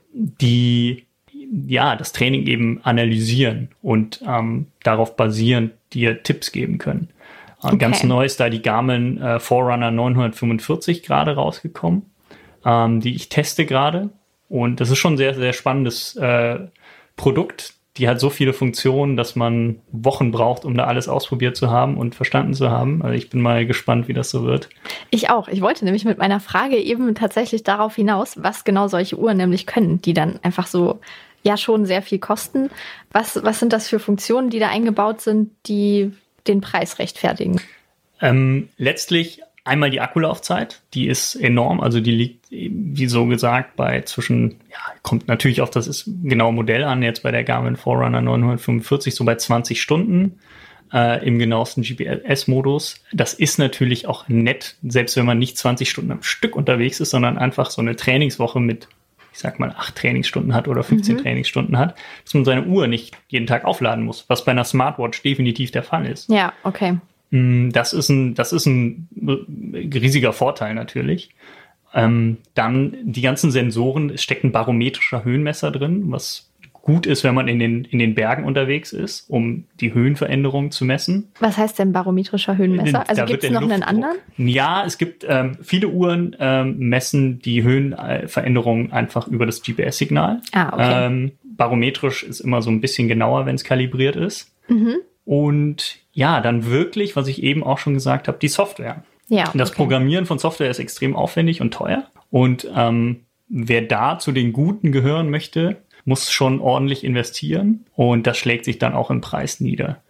die ja das Training eben analysieren und ähm, darauf basierend dir Tipps geben können. Okay. Ganz neu ist da die Garmin äh, Forerunner neunhundertfünfundvierzig gerade rausgekommen, ähm, die ich teste gerade. Und das ist schon ein sehr, sehr spannendes äh, Produkt. Die hat so viele Funktionen, dass man Wochen braucht, um da alles ausprobiert zu haben und verstanden zu haben. Also ich bin mal gespannt, wie das so wird. Ich auch. Ich wollte nämlich mit meiner Frage eben tatsächlich darauf hinaus, was genau solche Uhren nämlich können, die dann einfach so ja schon sehr viel kosten. Was, was sind das für Funktionen, die da eingebaut sind, die den Preis rechtfertigen? Ähm, letztlich einmal die Akkulaufzeit, die ist enorm, also die liegt, wie so gesagt, bei zwischen, ja, kommt natürlich auf das ist genaue Modell an, jetzt bei der Garmin Forerunner neunhundertfünfundvierzig, so bei zwanzig Stunden äh, im genauesten G P S-Modus. Das ist natürlich auch nett, selbst wenn man nicht zwanzig Stunden am Stück unterwegs ist, sondern einfach so eine Trainingswoche mit, ich sag mal, acht Trainingsstunden hat oder fünfzehn mhm. Trainingsstunden hat, dass man seine Uhr nicht jeden Tag aufladen muss, was bei einer Smartwatch definitiv der Fall ist. Ja, okay. Das ist ein, das ist ein riesiger Vorteil natürlich. Ähm, dann die ganzen Sensoren, es steckt ein barometrischer Höhenmesser drin, was gut ist, wenn man in den, in den Bergen unterwegs ist, um die Höhenveränderungen zu messen. Was heißt denn barometrischer Höhenmesser? Also gibt es noch einen anderen? Ja, es gibt ähm, viele Uhren ähm, messen die Höhenveränderungen einfach über das G P S-Signal. Ah, okay. Ähm, barometrisch ist immer so ein bisschen genauer, wenn es kalibriert ist. Mhm. Und ja, dann wirklich, was ich eben auch schon gesagt habe, die Software. Ja, okay. Das Programmieren von Software ist extrem aufwendig und teuer. Und ähm, wer da zu den Guten gehören möchte, muss schon ordentlich investieren. Und das schlägt sich dann auch im Preis nieder.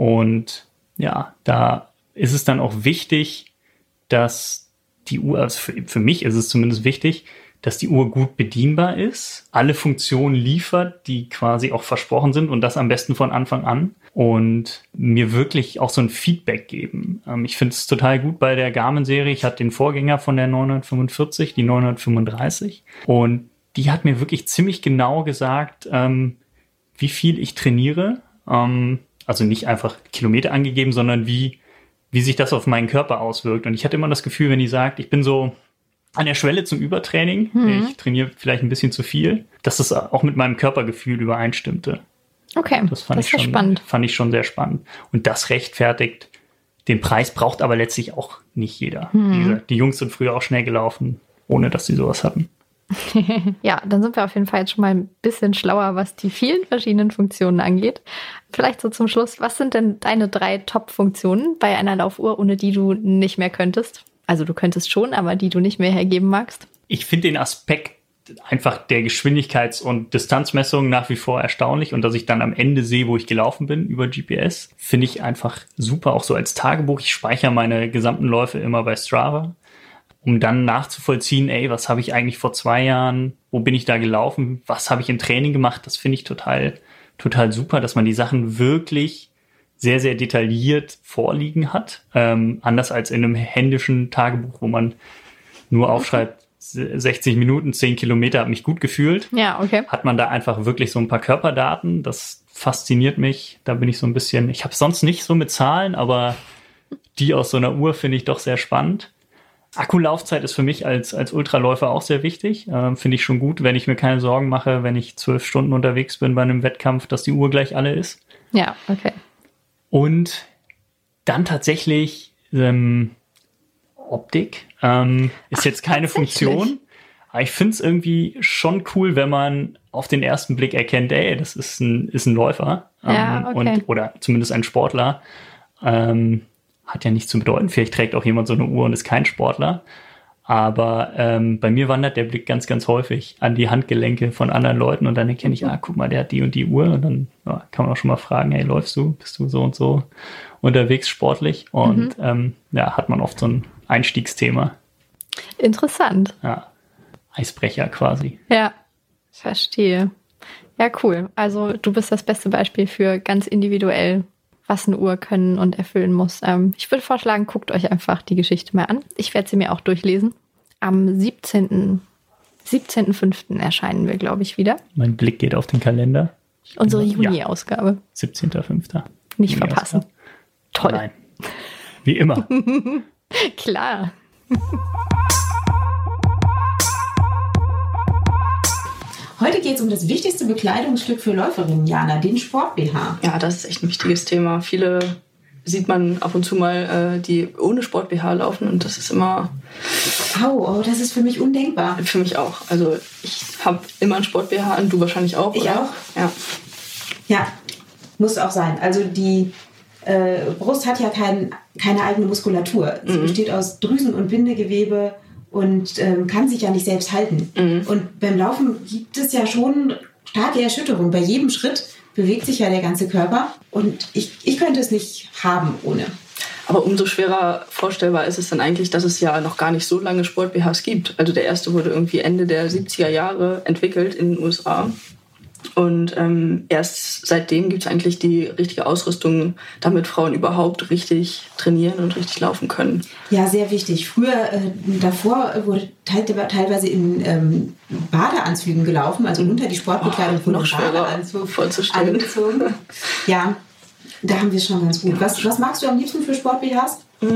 Und ja, da ist es dann auch wichtig, dass die Uhr, also für, für mich ist es zumindest wichtig, dass die Uhr gut bedienbar ist, alle Funktionen liefert, die quasi auch versprochen sind und das am besten von Anfang an und mir wirklich auch so ein Feedback geben. Ähm, ich finde es total gut bei der Garmin-Serie. Ich hatte den Vorgänger von der neunhundertfünfundvierzig, die neunhundertfünfunddreißig und die hat mir wirklich ziemlich genau gesagt, ähm, wie viel ich trainiere. Ähm, also nicht einfach Kilometer angegeben, sondern wie, wie sich das auf meinen Körper auswirkt. Und ich hatte immer das Gefühl, wenn die sagt, ich bin so an der Schwelle zum Übertraining, mhm. ich trainiere vielleicht ein bisschen zu viel, dass das auch mit meinem Körpergefühl übereinstimmte. Okay, das fand das ich schon spannend. Fand ich schon sehr spannend. Und das rechtfertigt den Preis, braucht aber letztlich auch nicht jeder. Mhm. Wie gesagt, die Jungs sind früher auch schnell gelaufen, ohne dass sie sowas hatten. Ja, dann sind wir auf jeden Fall jetzt schon mal ein bisschen schlauer, was die vielen verschiedenen Funktionen angeht. Vielleicht so zum Schluss, was sind denn deine drei Top-Funktionen bei einer Laufuhr, ohne die du nicht mehr könntest? Also du könntest schon, aber die du nicht mehr hergeben magst? Ich finde den Aspekt einfach der Geschwindigkeits- und Distanzmessung nach wie vor erstaunlich und dass ich dann am Ende sehe, wo ich gelaufen bin über G P S, finde ich einfach super, auch so als Tagebuch. Ich speichere meine gesamten Läufe immer bei Strava, um dann nachzuvollziehen, ey, was habe ich eigentlich vor zwei Jahren, wo bin ich da gelaufen, was habe ich im Training gemacht, das finde ich total, total super, dass man die Sachen wirklich sehr, sehr detailliert vorliegen hat. Ähm, anders als in einem händischen Tagebuch, wo man nur aufschreibt, sechzig Minuten, zehn Kilometer, habe mich gut gefühlt. Ja, okay. Hat man da einfach wirklich so ein paar Körperdaten. Das fasziniert mich. Da bin ich so ein bisschen, ich habe sonst nicht so mit Zahlen, aber die aus so einer Uhr finde ich doch sehr spannend. Akkulaufzeit ist für mich als, als Ultraläufer auch sehr wichtig. Ähm, finde ich schon gut, wenn ich mir keine Sorgen mache, wenn ich zwölf Stunden unterwegs bin bei einem Wettkampf, dass die Uhr gleich alle ist. Ja, okay. Und dann tatsächlich ähm, Optik. Ähm, ist Ach, jetzt keine Funktion, aber ich finde es irgendwie schon cool, wenn man auf den ersten Blick erkennt, ey, das ist ein, ist ein Läufer ähm, ja, okay. und, oder zumindest ein Sportler. Ähm, hat ja nichts zu bedeuten. Vielleicht trägt auch jemand so eine Uhr und ist kein Sportler. Aber ähm, bei mir wandert der Blick ganz, ganz häufig an die Handgelenke von anderen Leuten und dann erkenne ich, ah, guck mal, der hat die und die Uhr. Und dann ja, kann man auch schon mal fragen, hey, läufst du? Bist du so und so unterwegs sportlich? Und mhm. ähm, ja, hat man oft so ein Einstiegsthema. Interessant. Ja, Eisbrecher quasi. Ja, verstehe. Ja, cool. Also du bist das beste Beispiel für ganz individuell, was eine Uhr können und erfüllen muss. Ähm, ich würde vorschlagen, guckt euch einfach die Geschichte mal an. Ich werde sie mir auch durchlesen. Am siebzehnten fünften erscheinen wir, glaube ich, wieder. Mein Blick geht auf den Kalender. Unsere Juni-Ausgabe. Ja. siebzehnten fünften Nicht verpassen. Toll. Nein. Wie immer. Klar. Heute geht es um das wichtigste Bekleidungsstück für Läuferinnen, Jana, den Sport-B H. Ja, das ist echt ein wichtiges Thema. Viele sieht man ab und zu mal, äh, die ohne Sport-B H laufen und das ist immer... Au, oh, das ist für mich undenkbar. Für mich auch. Also ich habe immer ein Sport-B H an, du wahrscheinlich auch, Ich oder? auch. Ja. Ja, muss auch sein. Also die äh, Brust hat ja kein, keine eigene Muskulatur. Sie mhm. besteht aus Drüsen und Bindegewebe und ähm, kann sich ja nicht selbst halten. Mhm. Und beim Laufen gibt es ja schon starke Erschütterung. Bei jedem Schritt bewegt sich ja der ganze Körper und ich, ich könnte es nicht haben ohne. Aber umso schwerer vorstellbar ist es dann eigentlich, dass es ja noch gar nicht so lange Sport-B Hs gibt. Also der erste wurde irgendwie Ende der siebziger Jahre entwickelt in den U S A. Und ähm, erst seitdem gibt es eigentlich die richtige Ausrüstung, damit Frauen überhaupt richtig trainieren und richtig laufen können. Ja, sehr wichtig. Früher, äh, davor wurde teilweise in ähm, Badeanzügen gelaufen, also unter die Sportbekleidung oh, von noch schwerer Badeanzug vorzustellen. Angezogen. Ja, da haben wir es schon ganz gut. Was, was magst du am liebsten für Sport-B Hs?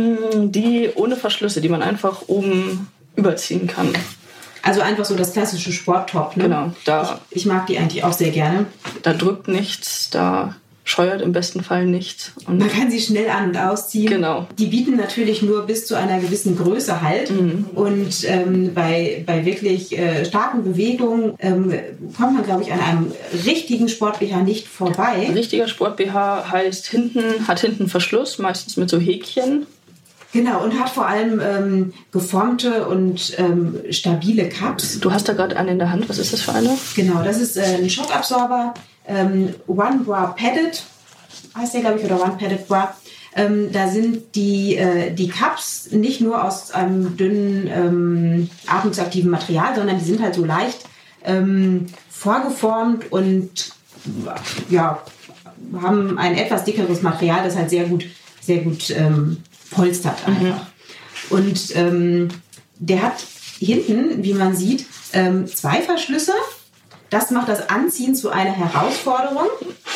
Die ohne Verschlüsse, die man einfach oben überziehen kann. Also einfach so das klassische Sporttop, ne? Genau. Da, ich, ich mag die eigentlich auch sehr gerne. Da drückt nichts, da scheuert im besten Fall nichts. Und man kann sie schnell an- und ausziehen. Genau. Die bieten natürlich nur bis zu einer gewissen Größe Halt. Mhm. Und ähm, bei, bei wirklich äh, starken Bewegungen ähm, kommt man, glaube ich, an einem richtigen Sport-B H nicht vorbei. Ein richtiger Sport-B H heißt, hinten hat hinten Verschluss, meistens mit so Häkchen. Genau, und hat vor allem ähm, geformte und ähm, stabile Cups. Du hast da gerade einen in der Hand. Was ist das für eine? Genau, das ist äh, ein Schockabsorber. Ähm, One Bra Padded heißt der, glaube ich, oder One Padded Bra. Ähm, da sind die, äh, die Cups nicht nur aus einem dünnen, ähm, atmungsaktiven Material, sondern die sind halt so leicht ähm, vorgeformt und ja, haben ein etwas dickeres Material, das halt sehr gut, sehr gut ähm, polstert einfach. Mhm. Und ähm, der hat hinten, wie man sieht, ähm, zwei Verschlüsse. Das macht das Anziehen zu einer Herausforderung.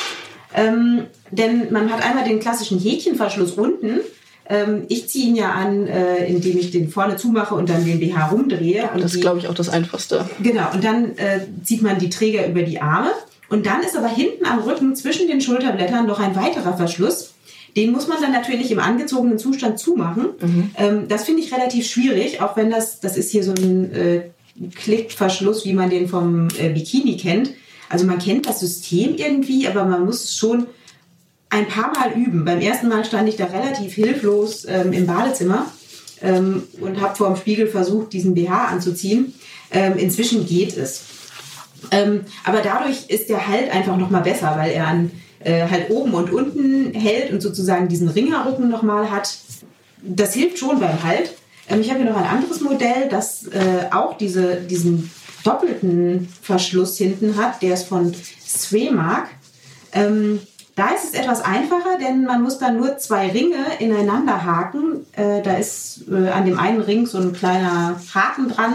Ähm, denn man hat einmal den klassischen Häkchenverschluss unten. Ähm, ich ziehe ihn ja an, äh, indem ich den vorne zumache und dann den B H rumdrehe. Ja, und das ist, glaube ich, auch das Einfachste. Genau, und dann äh, zieht man die Träger über die Arme. Und dann ist aber hinten am Rücken zwischen den Schulterblättern noch ein weiterer Verschluss. Den muss man dann natürlich im angezogenen Zustand zumachen. Mhm. Ähm, das finde ich relativ schwierig, auch wenn das, das ist hier so ein äh, Klickverschluss, wie man den vom äh, Bikini kennt. Also man kennt das System irgendwie, aber man muss es schon ein paar Mal üben. Beim ersten Mal stand ich da relativ hilflos ähm, im Badezimmer ähm, und habe vor dem Spiegel versucht, diesen B H anzuziehen. Ähm, inzwischen geht es. Ähm, aber dadurch ist der Halt einfach nochmal besser, weil er an Äh, halt oben und unten hält und sozusagen diesen Ringerrücken nochmal hat. Das hilft schon beim Halt. Ähm, ich habe hier noch ein anderes Modell, das äh, auch diese, diesen doppelten Verschluss hinten hat. Der ist von Swemark. Ähm, da ist es etwas einfacher, denn man muss dann nur zwei Ringe ineinander haken. Äh, da ist äh, an dem einen Ring so ein kleiner Haken dran.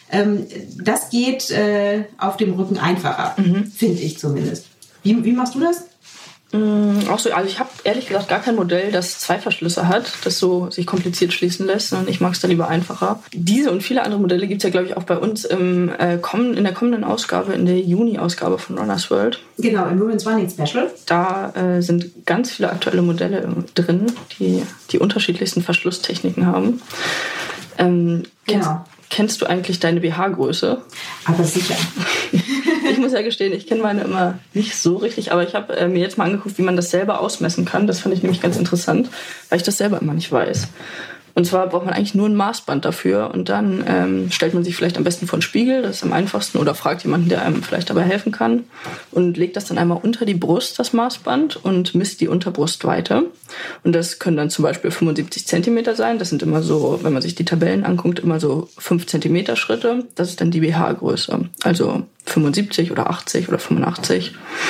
Ähm, das geht äh, auf dem Rücken einfacher, mhm. finde ich zumindest. Wie, wie machst du das? Mm, auch so, also ich habe ehrlich gesagt gar kein Modell, das zwei Verschlüsse hat, das so sich kompliziert schließen lässt, sondern ich mag es da lieber einfacher. Diese und viele andere Modelle gibt es ja, glaube ich, auch bei uns im, äh, kommen, in der kommenden Ausgabe, in der Juni-Ausgabe von Runners World. Genau, im Women's Running Special. Da äh, sind ganz viele aktuelle Modelle drin, die die unterschiedlichsten Verschlusstechniken haben. Ähm, genau. Kennst du eigentlich deine B H-Größe? Aber sicher. Ich muss ja gestehen, ich kenne meine immer nicht so richtig, aber ich habe äh, mir jetzt mal angeguckt, wie man das selber ausmessen kann. Das fand ich nämlich ganz interessant, weil ich das selber immer nicht weiß. Und zwar braucht man eigentlich nur ein Maßband dafür und dann ähm, stellt man sich vielleicht am besten vor den Spiegel, das ist am einfachsten, oder fragt jemanden, der einem vielleicht dabei helfen kann und legt das dann einmal unter die Brust, das Maßband, und misst die Unterbrustweite. Und das können dann zum Beispiel fünfundsiebzig Zentimeter sein. Das sind immer so, wenn man sich die Tabellen anguckt, immer so fünf Zentimeter Schritte. Das ist dann die B H-Größe, also fünfundsiebzig oder achtzig oder fünfundachtzig.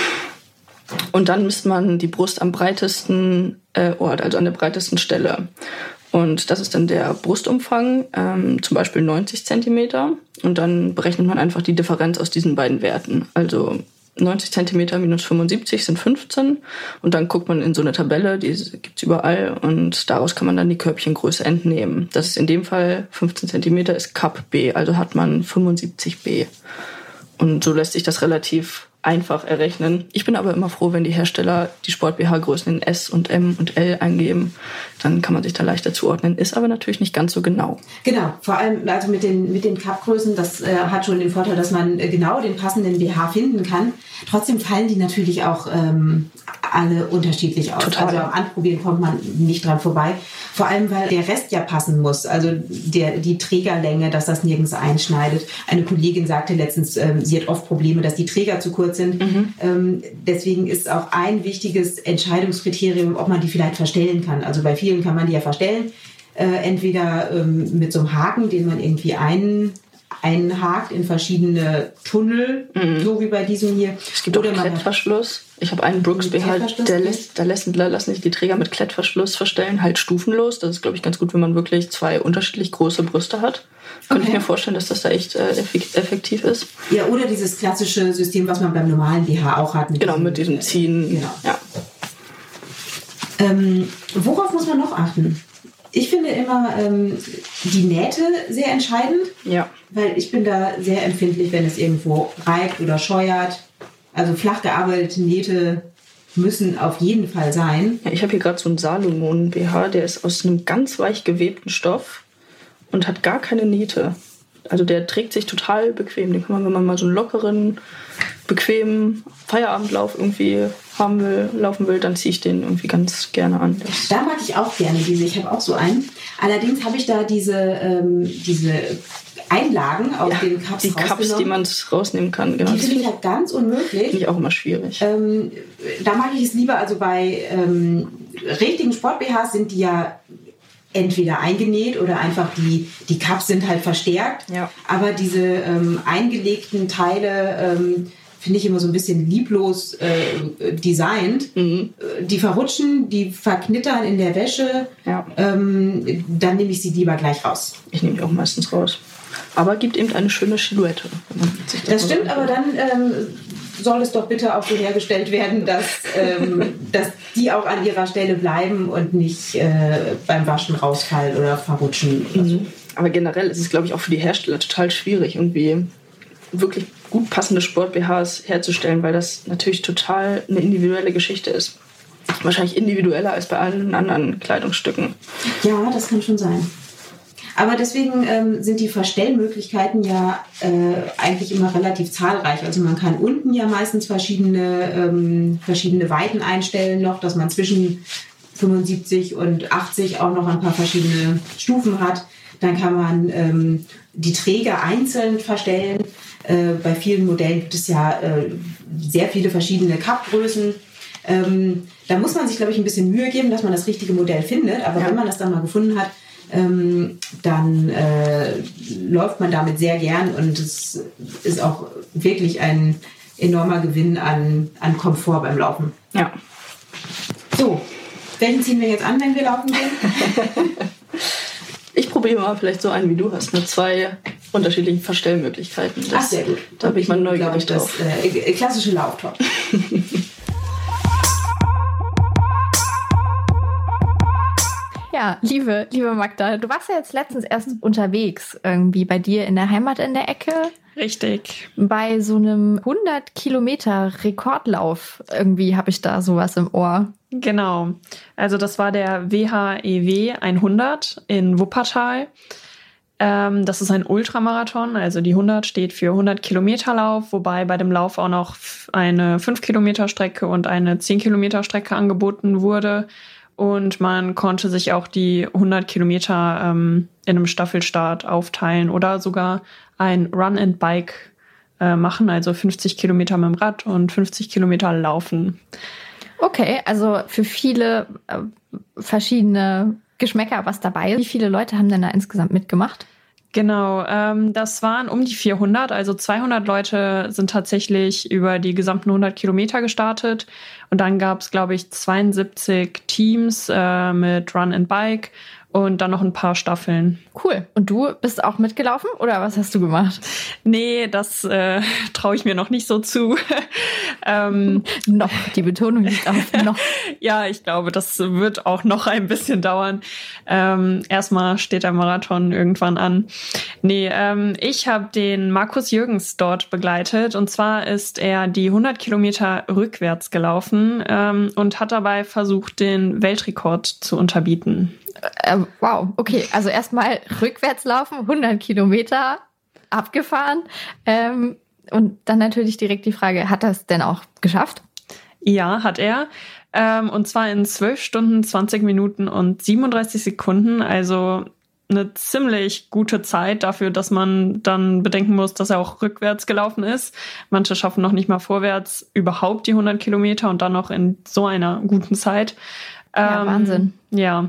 Und dann misst man die Brust am breitesten äh, Ort, also an der breitesten Stelle. Und das ist dann der Brustumfang, ähm, zum Beispiel neunzig Zentimeter. Und dann berechnet man einfach die Differenz aus diesen beiden Werten. Also neunzig Zentimeter minus fünfundsiebzig sind fünfzehn. Und dann guckt man in so eine Tabelle, die gibt's überall. Und daraus kann man dann die Körbchengröße entnehmen. Das ist in dem Fall fünfzehn Zentimeter ist Cup B, also hat man fünfundsiebzig B. Und so lässt sich das relativ einfach errechnen. Ich bin aber immer froh, wenn die Hersteller die Sport-B H-Größen in S und M und L eingeben. Dann kann man sich da leichter zuordnen. Ist aber natürlich nicht ganz so genau. Genau, vor allem also mit den, mit den Cup-Größen, das äh, hat schon den Vorteil, dass man äh, genau den passenden B H finden kann. Trotzdem fallen die natürlich auch ähm, alle unterschiedlich aus. Total. Also am Anprobieren kommt man nicht dran vorbei. Vor allem, weil der Rest ja passen muss. Also der, die Trägerlänge, dass das nirgends einschneidet. Eine Kollegin sagte letztens, ähm, sie hat oft Probleme, dass die Träger zu kurz sind. Mhm. Ähm, deswegen ist auch ein wichtiges Entscheidungskriterium, ob man die vielleicht verstellen kann. Also bei vielen kann man die ja verstellen. Äh, entweder ähm, mit so einem Haken, den man irgendwie ein, einhakt in verschiedene Tunnel, mhm. so wie bei diesem hier. Es gibt Oder auch Klettverschluss. Ich habe einen Brooks B H, der lässt, da lassen, lassen sich die Träger mit Klettverschluss verstellen, halt stufenlos. Das ist, glaube ich, ganz gut, wenn man wirklich zwei unterschiedlich große Brüste hat. Könnte okay. ich mir vorstellen, dass das da echt äh, effektiv ist. Ja, oder dieses klassische System, was man beim normalen B H auch hat. Mit genau, diesem, mit diesem Ziehen. Genau. Ja. Ähm, worauf muss man noch achten? Ich finde immer ähm, die Nähte sehr entscheidend, ja. weil ich bin da sehr empfindlich, wenn es irgendwo reibt oder scheuert. Also flach gearbeitete Nähte müssen auf jeden Fall sein. Ja, ich habe hier gerade so einen Salomon-B H, der ist aus einem ganz weich gewebten Stoff und hat gar keine Nähte. Also der trägt sich total bequem. Den kann man, wenn man mal so einen lockeren, bequemen Feierabendlauf irgendwie haben will, laufen will, dann ziehe ich den irgendwie ganz gerne an. Das da mag ich auch gerne diese. Ich habe auch so einen. Allerdings habe ich da diese, ähm, diese Einlagen aus ja, den Cups die Cups, die man rausnehmen kann. Genau. Die finde ich halt ganz unmöglich. Finde ich auch immer schwierig. Ähm, da mag ich es lieber, also bei ähm, richtigen Sport-B Hs sind die ja entweder eingenäht oder einfach die, die Cups sind halt verstärkt. Ja. Aber diese ähm, eingelegten Teile ähm, finde ich immer so ein bisschen lieblos äh, designt. Mhm. Die verrutschen, die verknittern in der Wäsche. Ja. Ähm, dann nehme ich sie lieber gleich raus. Ich nehme die auch meistens raus. Aber gibt eben eine schöne Silhouette. Das stimmt, aber dann ähm, soll es doch bitte auch so hergestellt werden, dass, ähm, dass die auch an ihrer Stelle bleiben und nicht äh, beim Waschen rausfallen oder verrutschen. Oder so. Aber generell ist es, glaube ich, auch für die Hersteller total schwierig, irgendwie wirklich gut passende Sport-B Hs herzustellen, weil das natürlich total eine individuelle Geschichte ist. Wahrscheinlich individueller als bei allen anderen Kleidungsstücken. Ja, das kann schon sein. Aber deswegen ähm, sind die Verstellmöglichkeiten ja äh, eigentlich immer relativ zahlreich. Also man kann unten ja meistens verschiedene, ähm, verschiedene Weiten einstellen noch, dass man zwischen fünfundsiebzig und achtzig auch noch ein paar verschiedene Stufen hat. Dann kann man ähm, die Träger einzeln verstellen. Äh, bei vielen Modellen gibt es ja äh, sehr viele verschiedene Cup-Größen. Ähm, da muss man sich, glaube ich, ein bisschen Mühe geben, dass man das richtige Modell findet. Aber ja. wenn man das dann mal gefunden hat, Ähm, dann äh, läuft man damit sehr gern und es ist auch wirklich ein enormer Gewinn an, an Komfort beim Laufen. Ja. So, welchen ziehen wir jetzt an, wenn wir laufen gehen? Ich probiere mal vielleicht so einen, wie du hast, mit zwei unterschiedlichen Verstellmöglichkeiten. Das, Ach, sehr gut. Da bin ich mal neugierig drauf. Das äh, klassische Lauftalk. Ja, liebe, liebe Magda, du warst ja jetzt letztens erst unterwegs, irgendwie bei dir in der Heimat in der Ecke. Richtig. Bei so einem hundert Kilometer Rekordlauf. Irgendwie habe ich da sowas im Ohr. Genau. Also das war der W H E W hundert in Wuppertal. Ähm, das ist ein Ultramarathon. Also die hundert steht für hundert Kilometer Lauf, wobei bei dem Lauf auch noch eine fünf Kilometer Strecke und eine zehn Kilometer Strecke angeboten wurde. Und man konnte sich auch die hundert Kilometer ähm, in einem Staffelstart aufteilen oder sogar ein Run and Bike äh, machen, also fünfzig Kilometer mit dem Rad und fünfzig Kilometer laufen. Okay, also für viele äh, verschiedene Geschmäcker was dabei. Wie viele Leute haben denn da insgesamt mitgemacht? Genau, ähm, das waren um die vierhundert, also zweihundert Leute sind tatsächlich über die gesamten hundert Kilometer gestartet. Und dann gab es, glaube ich, zweiundsiebzig Teams äh, mit Run and Bike und dann noch ein paar Staffeln. Cool. Und du bist auch mitgelaufen oder was hast du gemacht? Nee, das äh, traue ich mir noch nicht so zu. ähm, noch, die Betonung liegt auf noch. Ja, ich glaube, das wird auch noch ein bisschen dauern. Ähm, erstmal steht der Marathon irgendwann an. Nee, ähm, ich habe den Markus Jürgens dort begleitet. Und zwar ist er die hundert Kilometer rückwärts gelaufen ähm, und hat dabei versucht, den Weltrekord zu unterbieten. Äh, wow, okay. Also erstmal rückwärts laufen, hundert Kilometer abgefahren. Ähm, und dann natürlich direkt die Frage, hat er es denn auch geschafft? Ja, hat er. Ähm, und zwar in zwölf Stunden, zwanzig Minuten und siebenunddreißig Sekunden. Also eine ziemlich gute Zeit dafür, dass man dann bedenken muss, dass er auch rückwärts gelaufen ist. Manche schaffen noch nicht mal vorwärts überhaupt die hundert Kilometer und dann noch in so einer guten Zeit. Ja, ähm, Wahnsinn. Ja.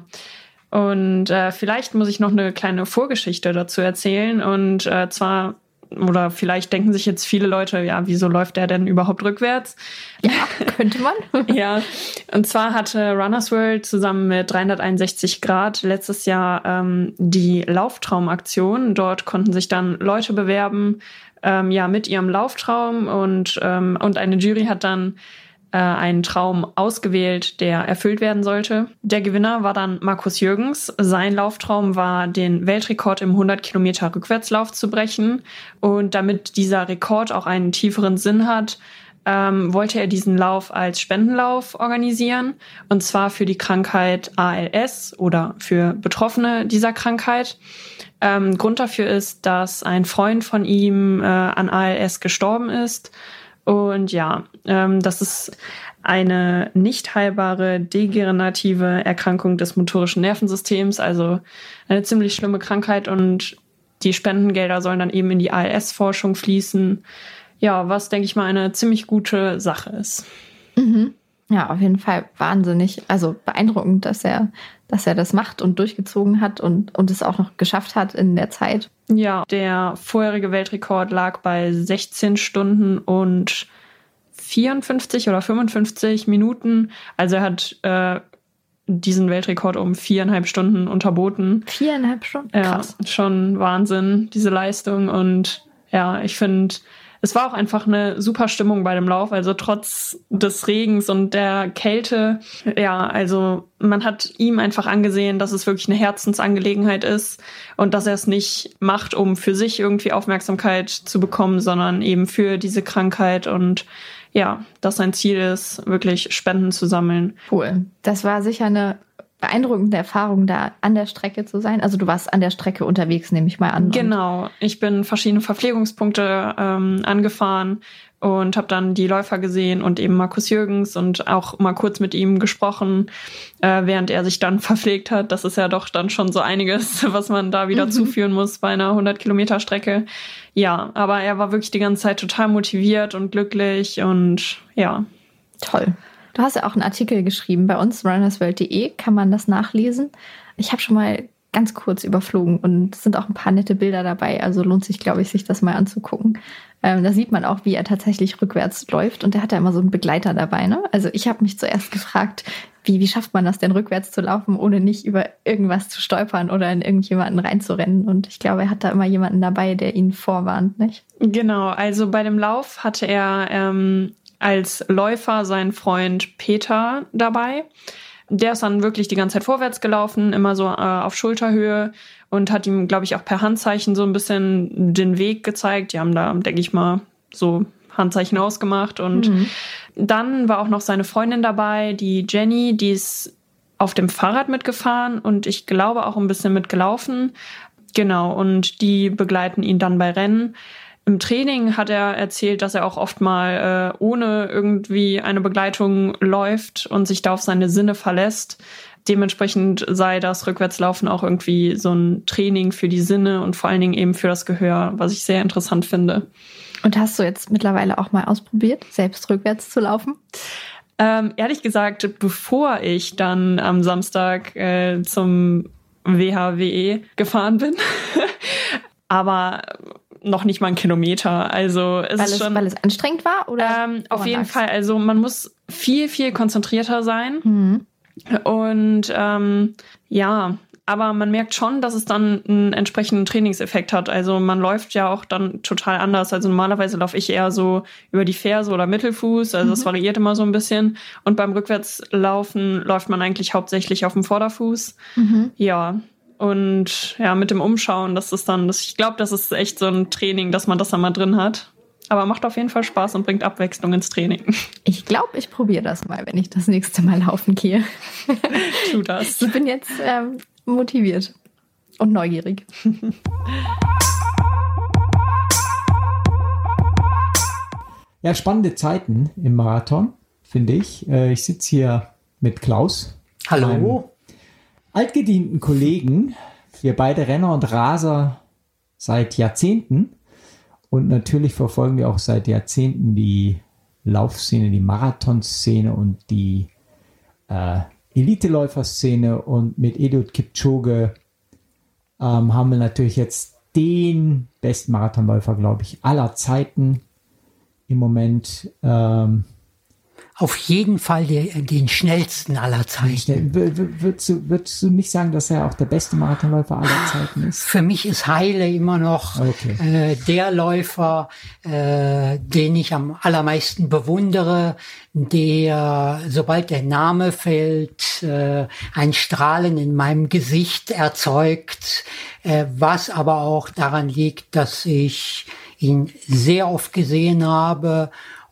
Und äh, vielleicht muss ich noch eine kleine Vorgeschichte dazu erzählen. Und äh, zwar, oder vielleicht denken sich jetzt viele Leute, ja, wieso läuft der denn überhaupt rückwärts? Ja, könnte man. Ja, und zwar hatte Runners World zusammen mit dreihunderteinundsechzig Grad letztes Jahr ähm, die Lauftraumaktion. Dort konnten sich dann Leute bewerben, ähm, ja, mit ihrem Lauftraum und, ähm, und eine Jury hat dann einen Traum ausgewählt, der erfüllt werden sollte. Der Gewinner war dann Markus Jürgens. Sein Lauftraum war, den Weltrekord im hundert Kilometer Rückwärtslauf zu brechen. Und damit dieser Rekord auch einen tieferen Sinn hat, ähm, wollte er diesen Lauf als Spendenlauf organisieren. Und zwar für die Krankheit A L S oder für Betroffene dieser Krankheit. Ähm, Grund dafür ist, dass ein Freund von ihm äh, an A L S gestorben ist. Und ja, ähm, das ist eine nicht heilbare degenerative Erkrankung des motorischen Nervensystems, also eine ziemlich schlimme Krankheit und die Spendengelder sollen dann eben in die A L S-Forschung fließen. Ja, was, denke ich mal, eine ziemlich gute Sache ist. Mhm. Ja, auf jeden Fall wahnsinnig, also beeindruckend, dass er, dass er das macht und durchgezogen hat und, und es auch noch geschafft hat in der Zeit. Ja, der vorherige Weltrekord lag bei sechzehn Stunden und vierundfünfzig oder fünfundfünfzig Minuten. Also er hat äh, diesen Weltrekord um viereinhalb Stunden unterboten. Viereinhalb Stunden? Krass. Ja, schon Wahnsinn, diese Leistung. Und ja, ich finde, es war auch einfach eine super Stimmung bei dem Lauf. Also trotz des Regens und der Kälte. Ja, also man hat ihm einfach angesehen, dass es wirklich eine Herzensangelegenheit ist und dass er es nicht macht, um für sich irgendwie Aufmerksamkeit zu bekommen, sondern eben für diese Krankheit und ja, dass sein Ziel ist, wirklich Spenden zu sammeln. Cool. Das war sicher eine beeindruckende Erfahrung, da an der Strecke zu sein. Also du warst an der Strecke unterwegs, nehme ich mal an. Genau. Ich bin verschiedene Verpflegungspunkte ähm, angefahren und habe dann die Läufer gesehen und eben Markus Jürgens und auch mal kurz mit ihm gesprochen, äh, während er sich dann verpflegt hat. Das ist ja doch dann schon so einiges, was man da wieder mhm. zuführen muss bei einer hundert Kilometer Strecke. Ja, aber er war wirklich die ganze Zeit total motiviert und glücklich und ja. Toll. Du hast ja auch einen Artikel geschrieben bei uns, runnersworld punkt de, kann man das nachlesen. Ich habe schon mal ganz kurz überflogen und es sind auch ein paar nette Bilder dabei. Also lohnt sich, glaube ich, sich das mal anzugucken. Ähm, da sieht man auch, wie er tatsächlich rückwärts läuft und der hat ja immer so einen Begleiter dabei. Ne? Also ich habe mich zuerst gefragt, wie, wie schafft man das denn, rückwärts zu laufen, ohne nicht über irgendwas zu stolpern oder in irgendjemanden reinzurennen. Und ich glaube, er hat da immer jemanden dabei, der ihn vorwarnt, nicht? Genau, also bei dem Lauf hatte er ähm, als Läufer seinen Freund Peter dabei. Der ist dann wirklich die ganze Zeit vorwärts gelaufen, immer so äh, auf Schulterhöhe und hat ihm, glaube ich, auch per Handzeichen so ein bisschen den Weg gezeigt. Die haben da, denke ich mal, so Handzeichen ausgemacht. Und mhm. dann war auch noch seine Freundin dabei, die Jenny, die ist auf dem Fahrrad mitgefahren und ich glaube auch ein bisschen mitgelaufen. Genau, und die begleiten ihn dann bei Rennen. Im Training hat er erzählt, dass er auch oft mal äh, ohne irgendwie eine Begleitung läuft und sich da auf seine Sinne verlässt. Dementsprechend sei das Rückwärtslaufen auch irgendwie so ein Training für die Sinne und vor allen Dingen eben für das Gehör, was ich sehr interessant finde. Und hast du jetzt mittlerweile auch mal ausprobiert, selbst rückwärts zu laufen? Ähm, ehrlich gesagt, bevor ich dann am Samstag äh, zum W H W E gefahren bin. Aber noch nicht mal einen Kilometer. Also es weil, ist es, schon, weil es anstrengend war? Oder ähm, auf jeden lag's? Fall. Also man muss viel, viel konzentrierter sein. Mhm. Und ähm, ja, aber man merkt schon, dass es dann einen entsprechenden Trainingseffekt hat. Also man läuft ja auch dann total anders. Also normalerweise laufe ich eher so über die Ferse oder Mittelfuß. Also das mhm. variiert immer so ein bisschen. Und beim Rückwärtslaufen läuft man eigentlich hauptsächlich auf dem Vorderfuß. Mhm. Ja. Und ja, mit dem Umschauen, das ist dann, das, ich glaube, das ist echt so ein Training, dass man das dann mal drin hat. Aber macht auf jeden Fall Spaß und bringt Abwechslung ins Training. Ich glaube, ich probiere das mal, wenn ich das nächste Mal laufen gehe. Tu das. Ich bin jetzt ähm, motiviert und neugierig. Ja, spannende Zeiten im Marathon, finde ich. Ich sitze hier mit Klaus. Hallo. Altgedienten Kollegen, wir beide Renner und Raser seit Jahrzehnten und natürlich verfolgen wir auch seit Jahrzehnten die Laufszene, die Marathonszene und die äh, Eliteläuferszene und mit Eliud Kipchoge ähm, haben wir natürlich jetzt den besten Marathonläufer, glaube ich, aller Zeiten im Moment. Ähm, Auf jeden Fall den, den schnellsten aller Zeiten. Würdest du, würdest du nicht sagen, dass er auch der beste Marathonläufer aller Zeiten ist? Für mich ist Haile immer noch okay. äh, der Läufer, äh, den ich am allermeisten bewundere, der, sobald der Name fällt, äh, ein Strahlen in meinem Gesicht erzeugt, äh, was aber auch daran liegt, dass ich ihn sehr oft gesehen habe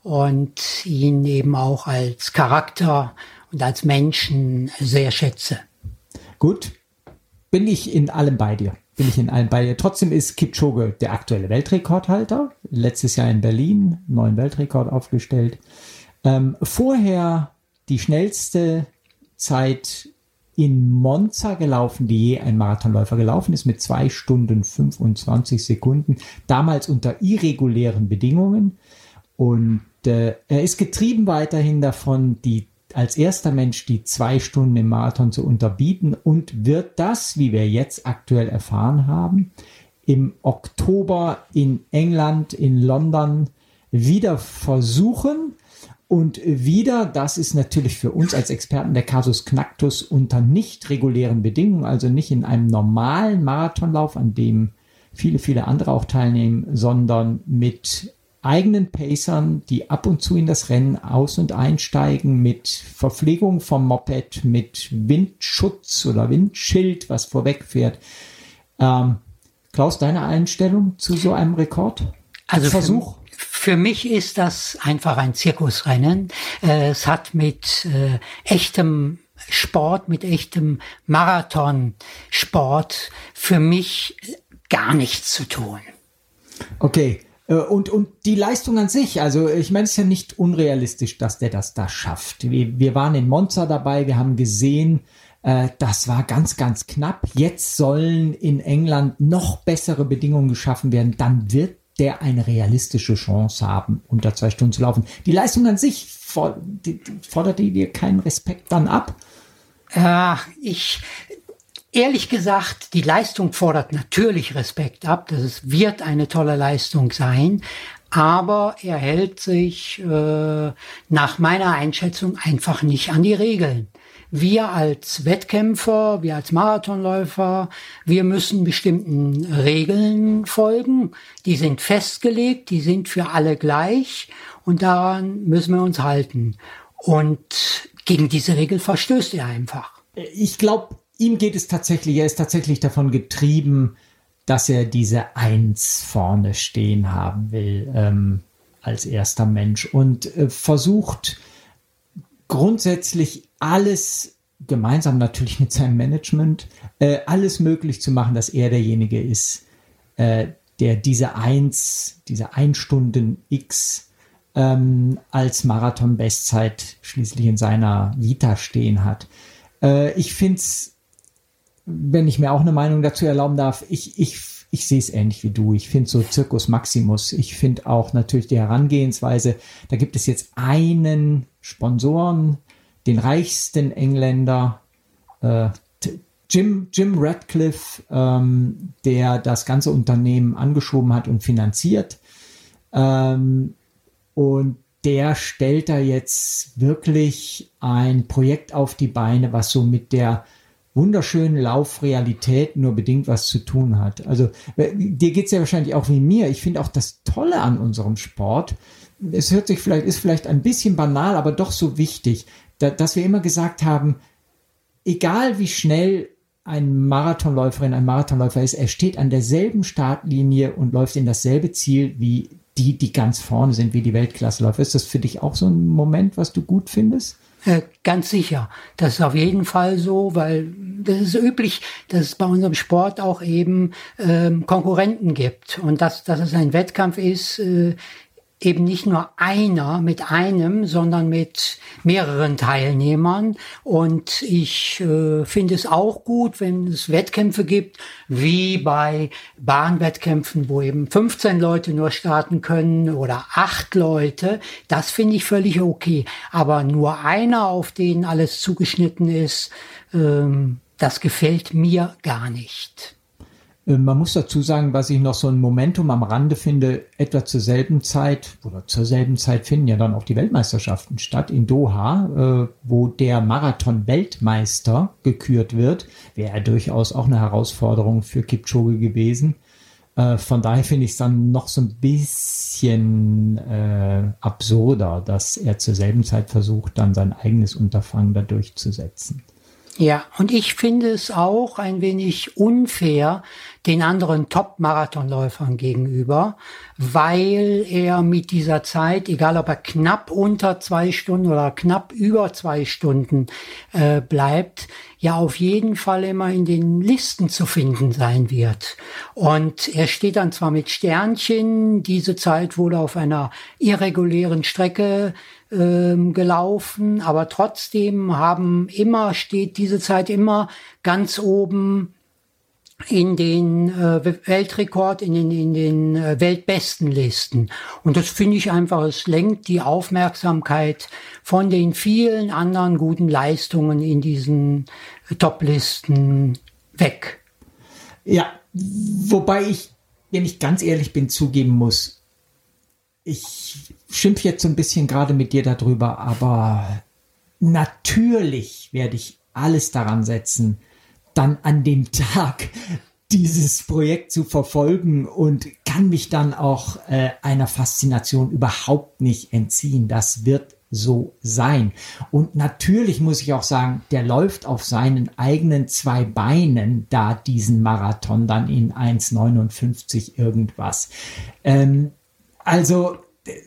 und ihn eben auch als Charakter und als Menschen sehr schätze. Gut, bin ich in allem bei dir. Bin ich in allem bei dir. Trotzdem ist Kipchoge der aktuelle Weltrekordhalter. Letztes Jahr in Berlin neuen Weltrekord aufgestellt. Ähm, vorher die schnellste Zeit in Monza gelaufen, die je ein Marathonläufer gelaufen ist, mit zwei Stunden fünfundzwanzig Sekunden. Damals unter irregulären Bedingungen. Und äh, er ist getrieben weiterhin davon, die als erster Mensch die zwei Stunden im Marathon zu unterbieten und wird das, wie wir jetzt aktuell erfahren haben, im Oktober in England, in London wieder versuchen. Und wieder, das ist natürlich für uns als Experten der Kasus Knacktus, unter nicht regulären Bedingungen, also nicht in einem normalen Marathonlauf, an dem viele, viele andere auch teilnehmen, sondern mit eigenen Pacern, die ab und zu in das Rennen aus- und einsteigen, mit Verpflegung vom Moped, mit Windschutz oder Windschild, was vorweg fährt. Ähm, Klaus, deine Einstellung zu so einem Rekord? Also Versuch? Für, für mich ist das einfach ein Zirkusrennen. Äh, es hat mit äh, echtem Sport, mit echtem Marathonsport für mich gar nichts zu tun. Okay. Und, und die Leistung an sich, also ich meine, es ist ja nicht unrealistisch, dass der das da schafft. Wir, wir waren in Monza dabei, wir haben gesehen, äh, das war ganz, ganz knapp. Jetzt sollen in England noch bessere Bedingungen geschaffen werden, dann wird der eine realistische Chance haben, unter zwei Stunden zu laufen. Die Leistung an sich, fordert die dir keinen Respekt dann ab? Ja, ich... ehrlich gesagt, die Leistung fordert natürlich Respekt ab. Das wird eine tolle Leistung sein. Aber er hält sich äh, nach meiner Einschätzung einfach nicht an die Regeln. Wir als Wettkämpfer, wir als Marathonläufer, wir müssen bestimmten Regeln folgen. Die sind festgelegt, die sind für alle gleich und daran müssen wir uns halten. Und gegen diese Regel verstößt er einfach. Ich glaube, ihm geht es tatsächlich, er ist tatsächlich davon getrieben, dass er diese Eins vorne stehen haben will ähm, als erster Mensch und äh, versucht grundsätzlich alles gemeinsam natürlich mit seinem Management, äh, alles möglich zu machen, dass er derjenige ist, äh, der diese Eins, diese Ein-Stunden X ähm, als Marathon-Bestzeit schließlich in seiner Vita stehen hat. Äh, ich finde es, wenn ich mir auch eine Meinung dazu erlauben darf, ich, ich, ich sehe es ähnlich wie du. Ich finde so Circus Maximus. Ich finde auch natürlich die Herangehensweise, da gibt es jetzt einen Sponsoren, den reichsten Engländer, äh, Jim, Jim Ratcliffe, ähm, der das ganze Unternehmen angeschoben hat und finanziert. Ähm, und der stellt da jetzt wirklich ein Projekt auf die Beine, was so mit der wunderschönen Laufrealität nur bedingt was zu tun hat. Also dir geht's ja wahrscheinlich auch wie mir. Ich finde auch das Tolle an unserem Sport, es hört sich vielleicht, ist vielleicht ein bisschen banal, aber doch so wichtig, da, dass wir immer gesagt haben, egal wie schnell ein Marathonläuferin, ein Marathonläufer ist, er steht an derselben Startlinie und läuft in dasselbe Ziel wie die, die ganz vorne sind, wie die Weltklasseläufer. Ist das für dich auch so ein Moment, was du gut findest? Äh, ganz sicher. Das ist auf jeden Fall so, weil das ist üblich, dass es bei unserem Sport auch eben ähm, Konkurrenten gibt. Und dass, dass es ein Wettkampf ist, äh, eben nicht nur einer mit einem, sondern mit mehreren Teilnehmern. Und ich äh, finde es auch gut, wenn es Wettkämpfe gibt, wie bei Bahnwettkämpfen, wo eben fünfzehn Leute nur starten können oder acht Leute. Das finde ich völlig okay. Aber nur einer, auf den alles zugeschnitten ist, ähm, das gefällt mir gar nicht. Man muss dazu sagen, was ich noch so ein Momentum am Rande finde, etwa zur selben Zeit oder zur selben Zeit finden ja dann auch die Weltmeisterschaften statt in Doha, äh, wo der Marathon-Weltmeister gekürt wird. Wäre durchaus auch eine Herausforderung für Kipchoge gewesen. Äh, von daher finde ich es dann noch so ein bisschen äh, absurder, dass er zur selben Zeit versucht, dann sein eigenes Unterfangen da durchzusetzen. Ja, und ich finde es auch ein wenig unfair den anderen Top-Marathonläufern gegenüber, weil er mit dieser Zeit, egal ob er knapp unter zwei Stunden oder knapp über zwei Stunden äh, bleibt, ja auf jeden Fall immer in den Listen zu finden sein wird. Und er steht dann zwar mit Sternchen, diese Zeit wurde auf einer irregulären Strecke gelaufen, aber trotzdem haben immer, steht diese Zeit immer ganz oben in den äh, Weltrekord, in den, in den äh, Weltbestenlisten. Und das finde ich einfach, es lenkt die Aufmerksamkeit von den vielen anderen guten Leistungen in diesen äh, Top-Listen weg. Ja, wobei ich, wenn ich ganz ehrlich bin, zugeben muss, ich schimpfe jetzt so ein bisschen gerade mit dir darüber, aber natürlich werde ich alles daran setzen, dann an dem Tag dieses Projekt zu verfolgen und kann mich dann auch äh, einer Faszination überhaupt nicht entziehen. Das wird so sein. Und natürlich muss ich auch sagen, der läuft auf seinen eigenen zwei Beinen da diesen Marathon dann in eins neunundfünfzig irgendwas. Ähm, Also,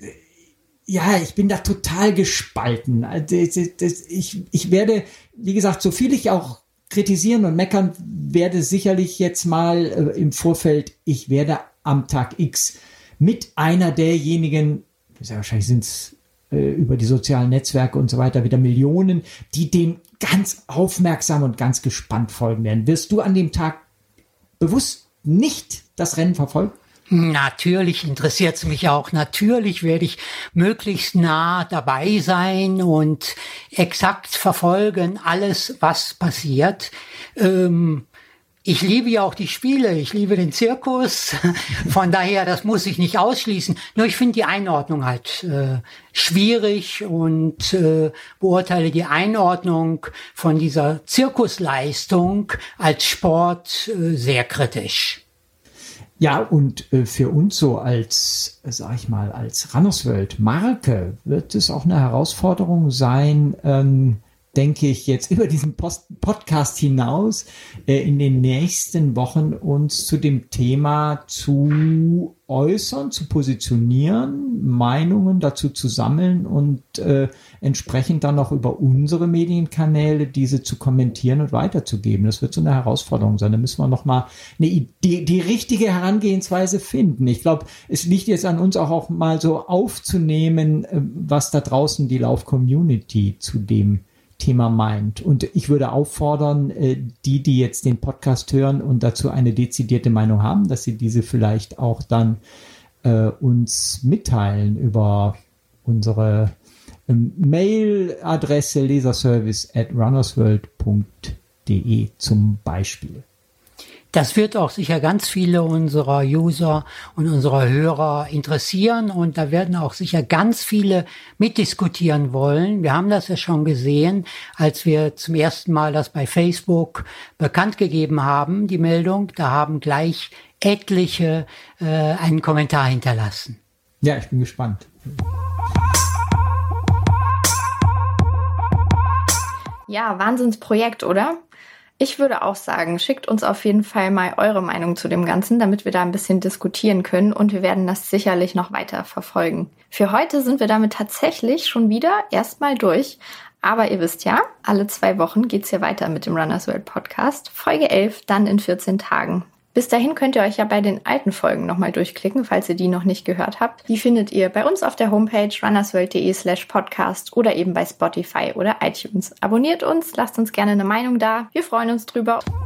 ja, ich bin da total gespalten. Ich, ich werde, wie gesagt, so viel ich auch kritisieren und meckern werde, sicherlich jetzt mal äh, im Vorfeld, ich werde am Tag X mit einer derjenigen, ja, wahrscheinlich sind es äh, über die sozialen Netzwerke und so weiter wieder Millionen, die dem ganz aufmerksam und ganz gespannt folgen werden. Wirst du an dem Tag bewusst nicht das Rennen verfolgen? Natürlich interessiert es mich auch. Natürlich werde ich möglichst nah dabei sein und exakt verfolgen alles, was passiert. Ähm, ich liebe ja auch die Spiele, ich liebe den Zirkus, von daher, das muss ich nicht ausschließen. Nur ich finde die Einordnung halt äh, schwierig und äh, beurteile die Einordnung von dieser Zirkusleistung als Sport äh, sehr kritisch. Ja, und äh, für uns so als, äh, sag ich mal, als Runners World Marke wird es auch eine Herausforderung sein, ähm, denke ich, jetzt über diesen Post- Podcast hinaus äh, in den nächsten Wochen uns zu dem Thema zu äußern, zu positionieren, Meinungen dazu zu sammeln und äh, entsprechend dann auch über unsere Medienkanäle diese zu kommentieren und weiterzugeben. Das wird so eine Herausforderung sein. Da müssen wir nochmal die, die richtige Herangehensweise finden. Ich glaube, es liegt jetzt an uns auch, auch mal so aufzunehmen, äh, was da draußen die Lauf-Community zu dem Thema meint. Und ich würde auffordern, die, die jetzt den Podcast hören und dazu eine dezidierte Meinung haben, dass sie diese vielleicht auch dann äh, uns mitteilen über unsere ähm, Mailadresse leserservice at runnersworld punkt de zum Beispiel. Das wird auch sicher ganz viele unserer User und unserer Hörer interessieren und da werden auch sicher ganz viele mitdiskutieren wollen. Wir haben das ja schon gesehen, als wir zum ersten Mal das bei Facebook bekannt gegeben haben, die Meldung. Da haben gleich etliche äh, einen Kommentar hinterlassen. Ja, ich bin gespannt. Ja, Wahnsinnsprojekt, oder? Ich würde auch sagen, schickt uns auf jeden Fall mal eure Meinung zu dem Ganzen, damit wir da ein bisschen diskutieren können und wir werden das sicherlich noch weiter verfolgen. Für heute sind wir damit tatsächlich schon wieder erstmal durch. Aber ihr wisst ja, alle zwei Wochen geht's hier weiter mit dem Runners World Podcast. Folge elf, dann in vierzehn Tagen. Bis dahin könnt ihr euch ja bei den alten Folgen nochmal durchklicken, falls ihr die noch nicht gehört habt. Die findet ihr bei uns auf der Homepage runnersworld.de slash podcast oder eben bei Spotify oder iTunes. Abonniert uns, lasst uns gerne eine Meinung da. Wir freuen uns drüber.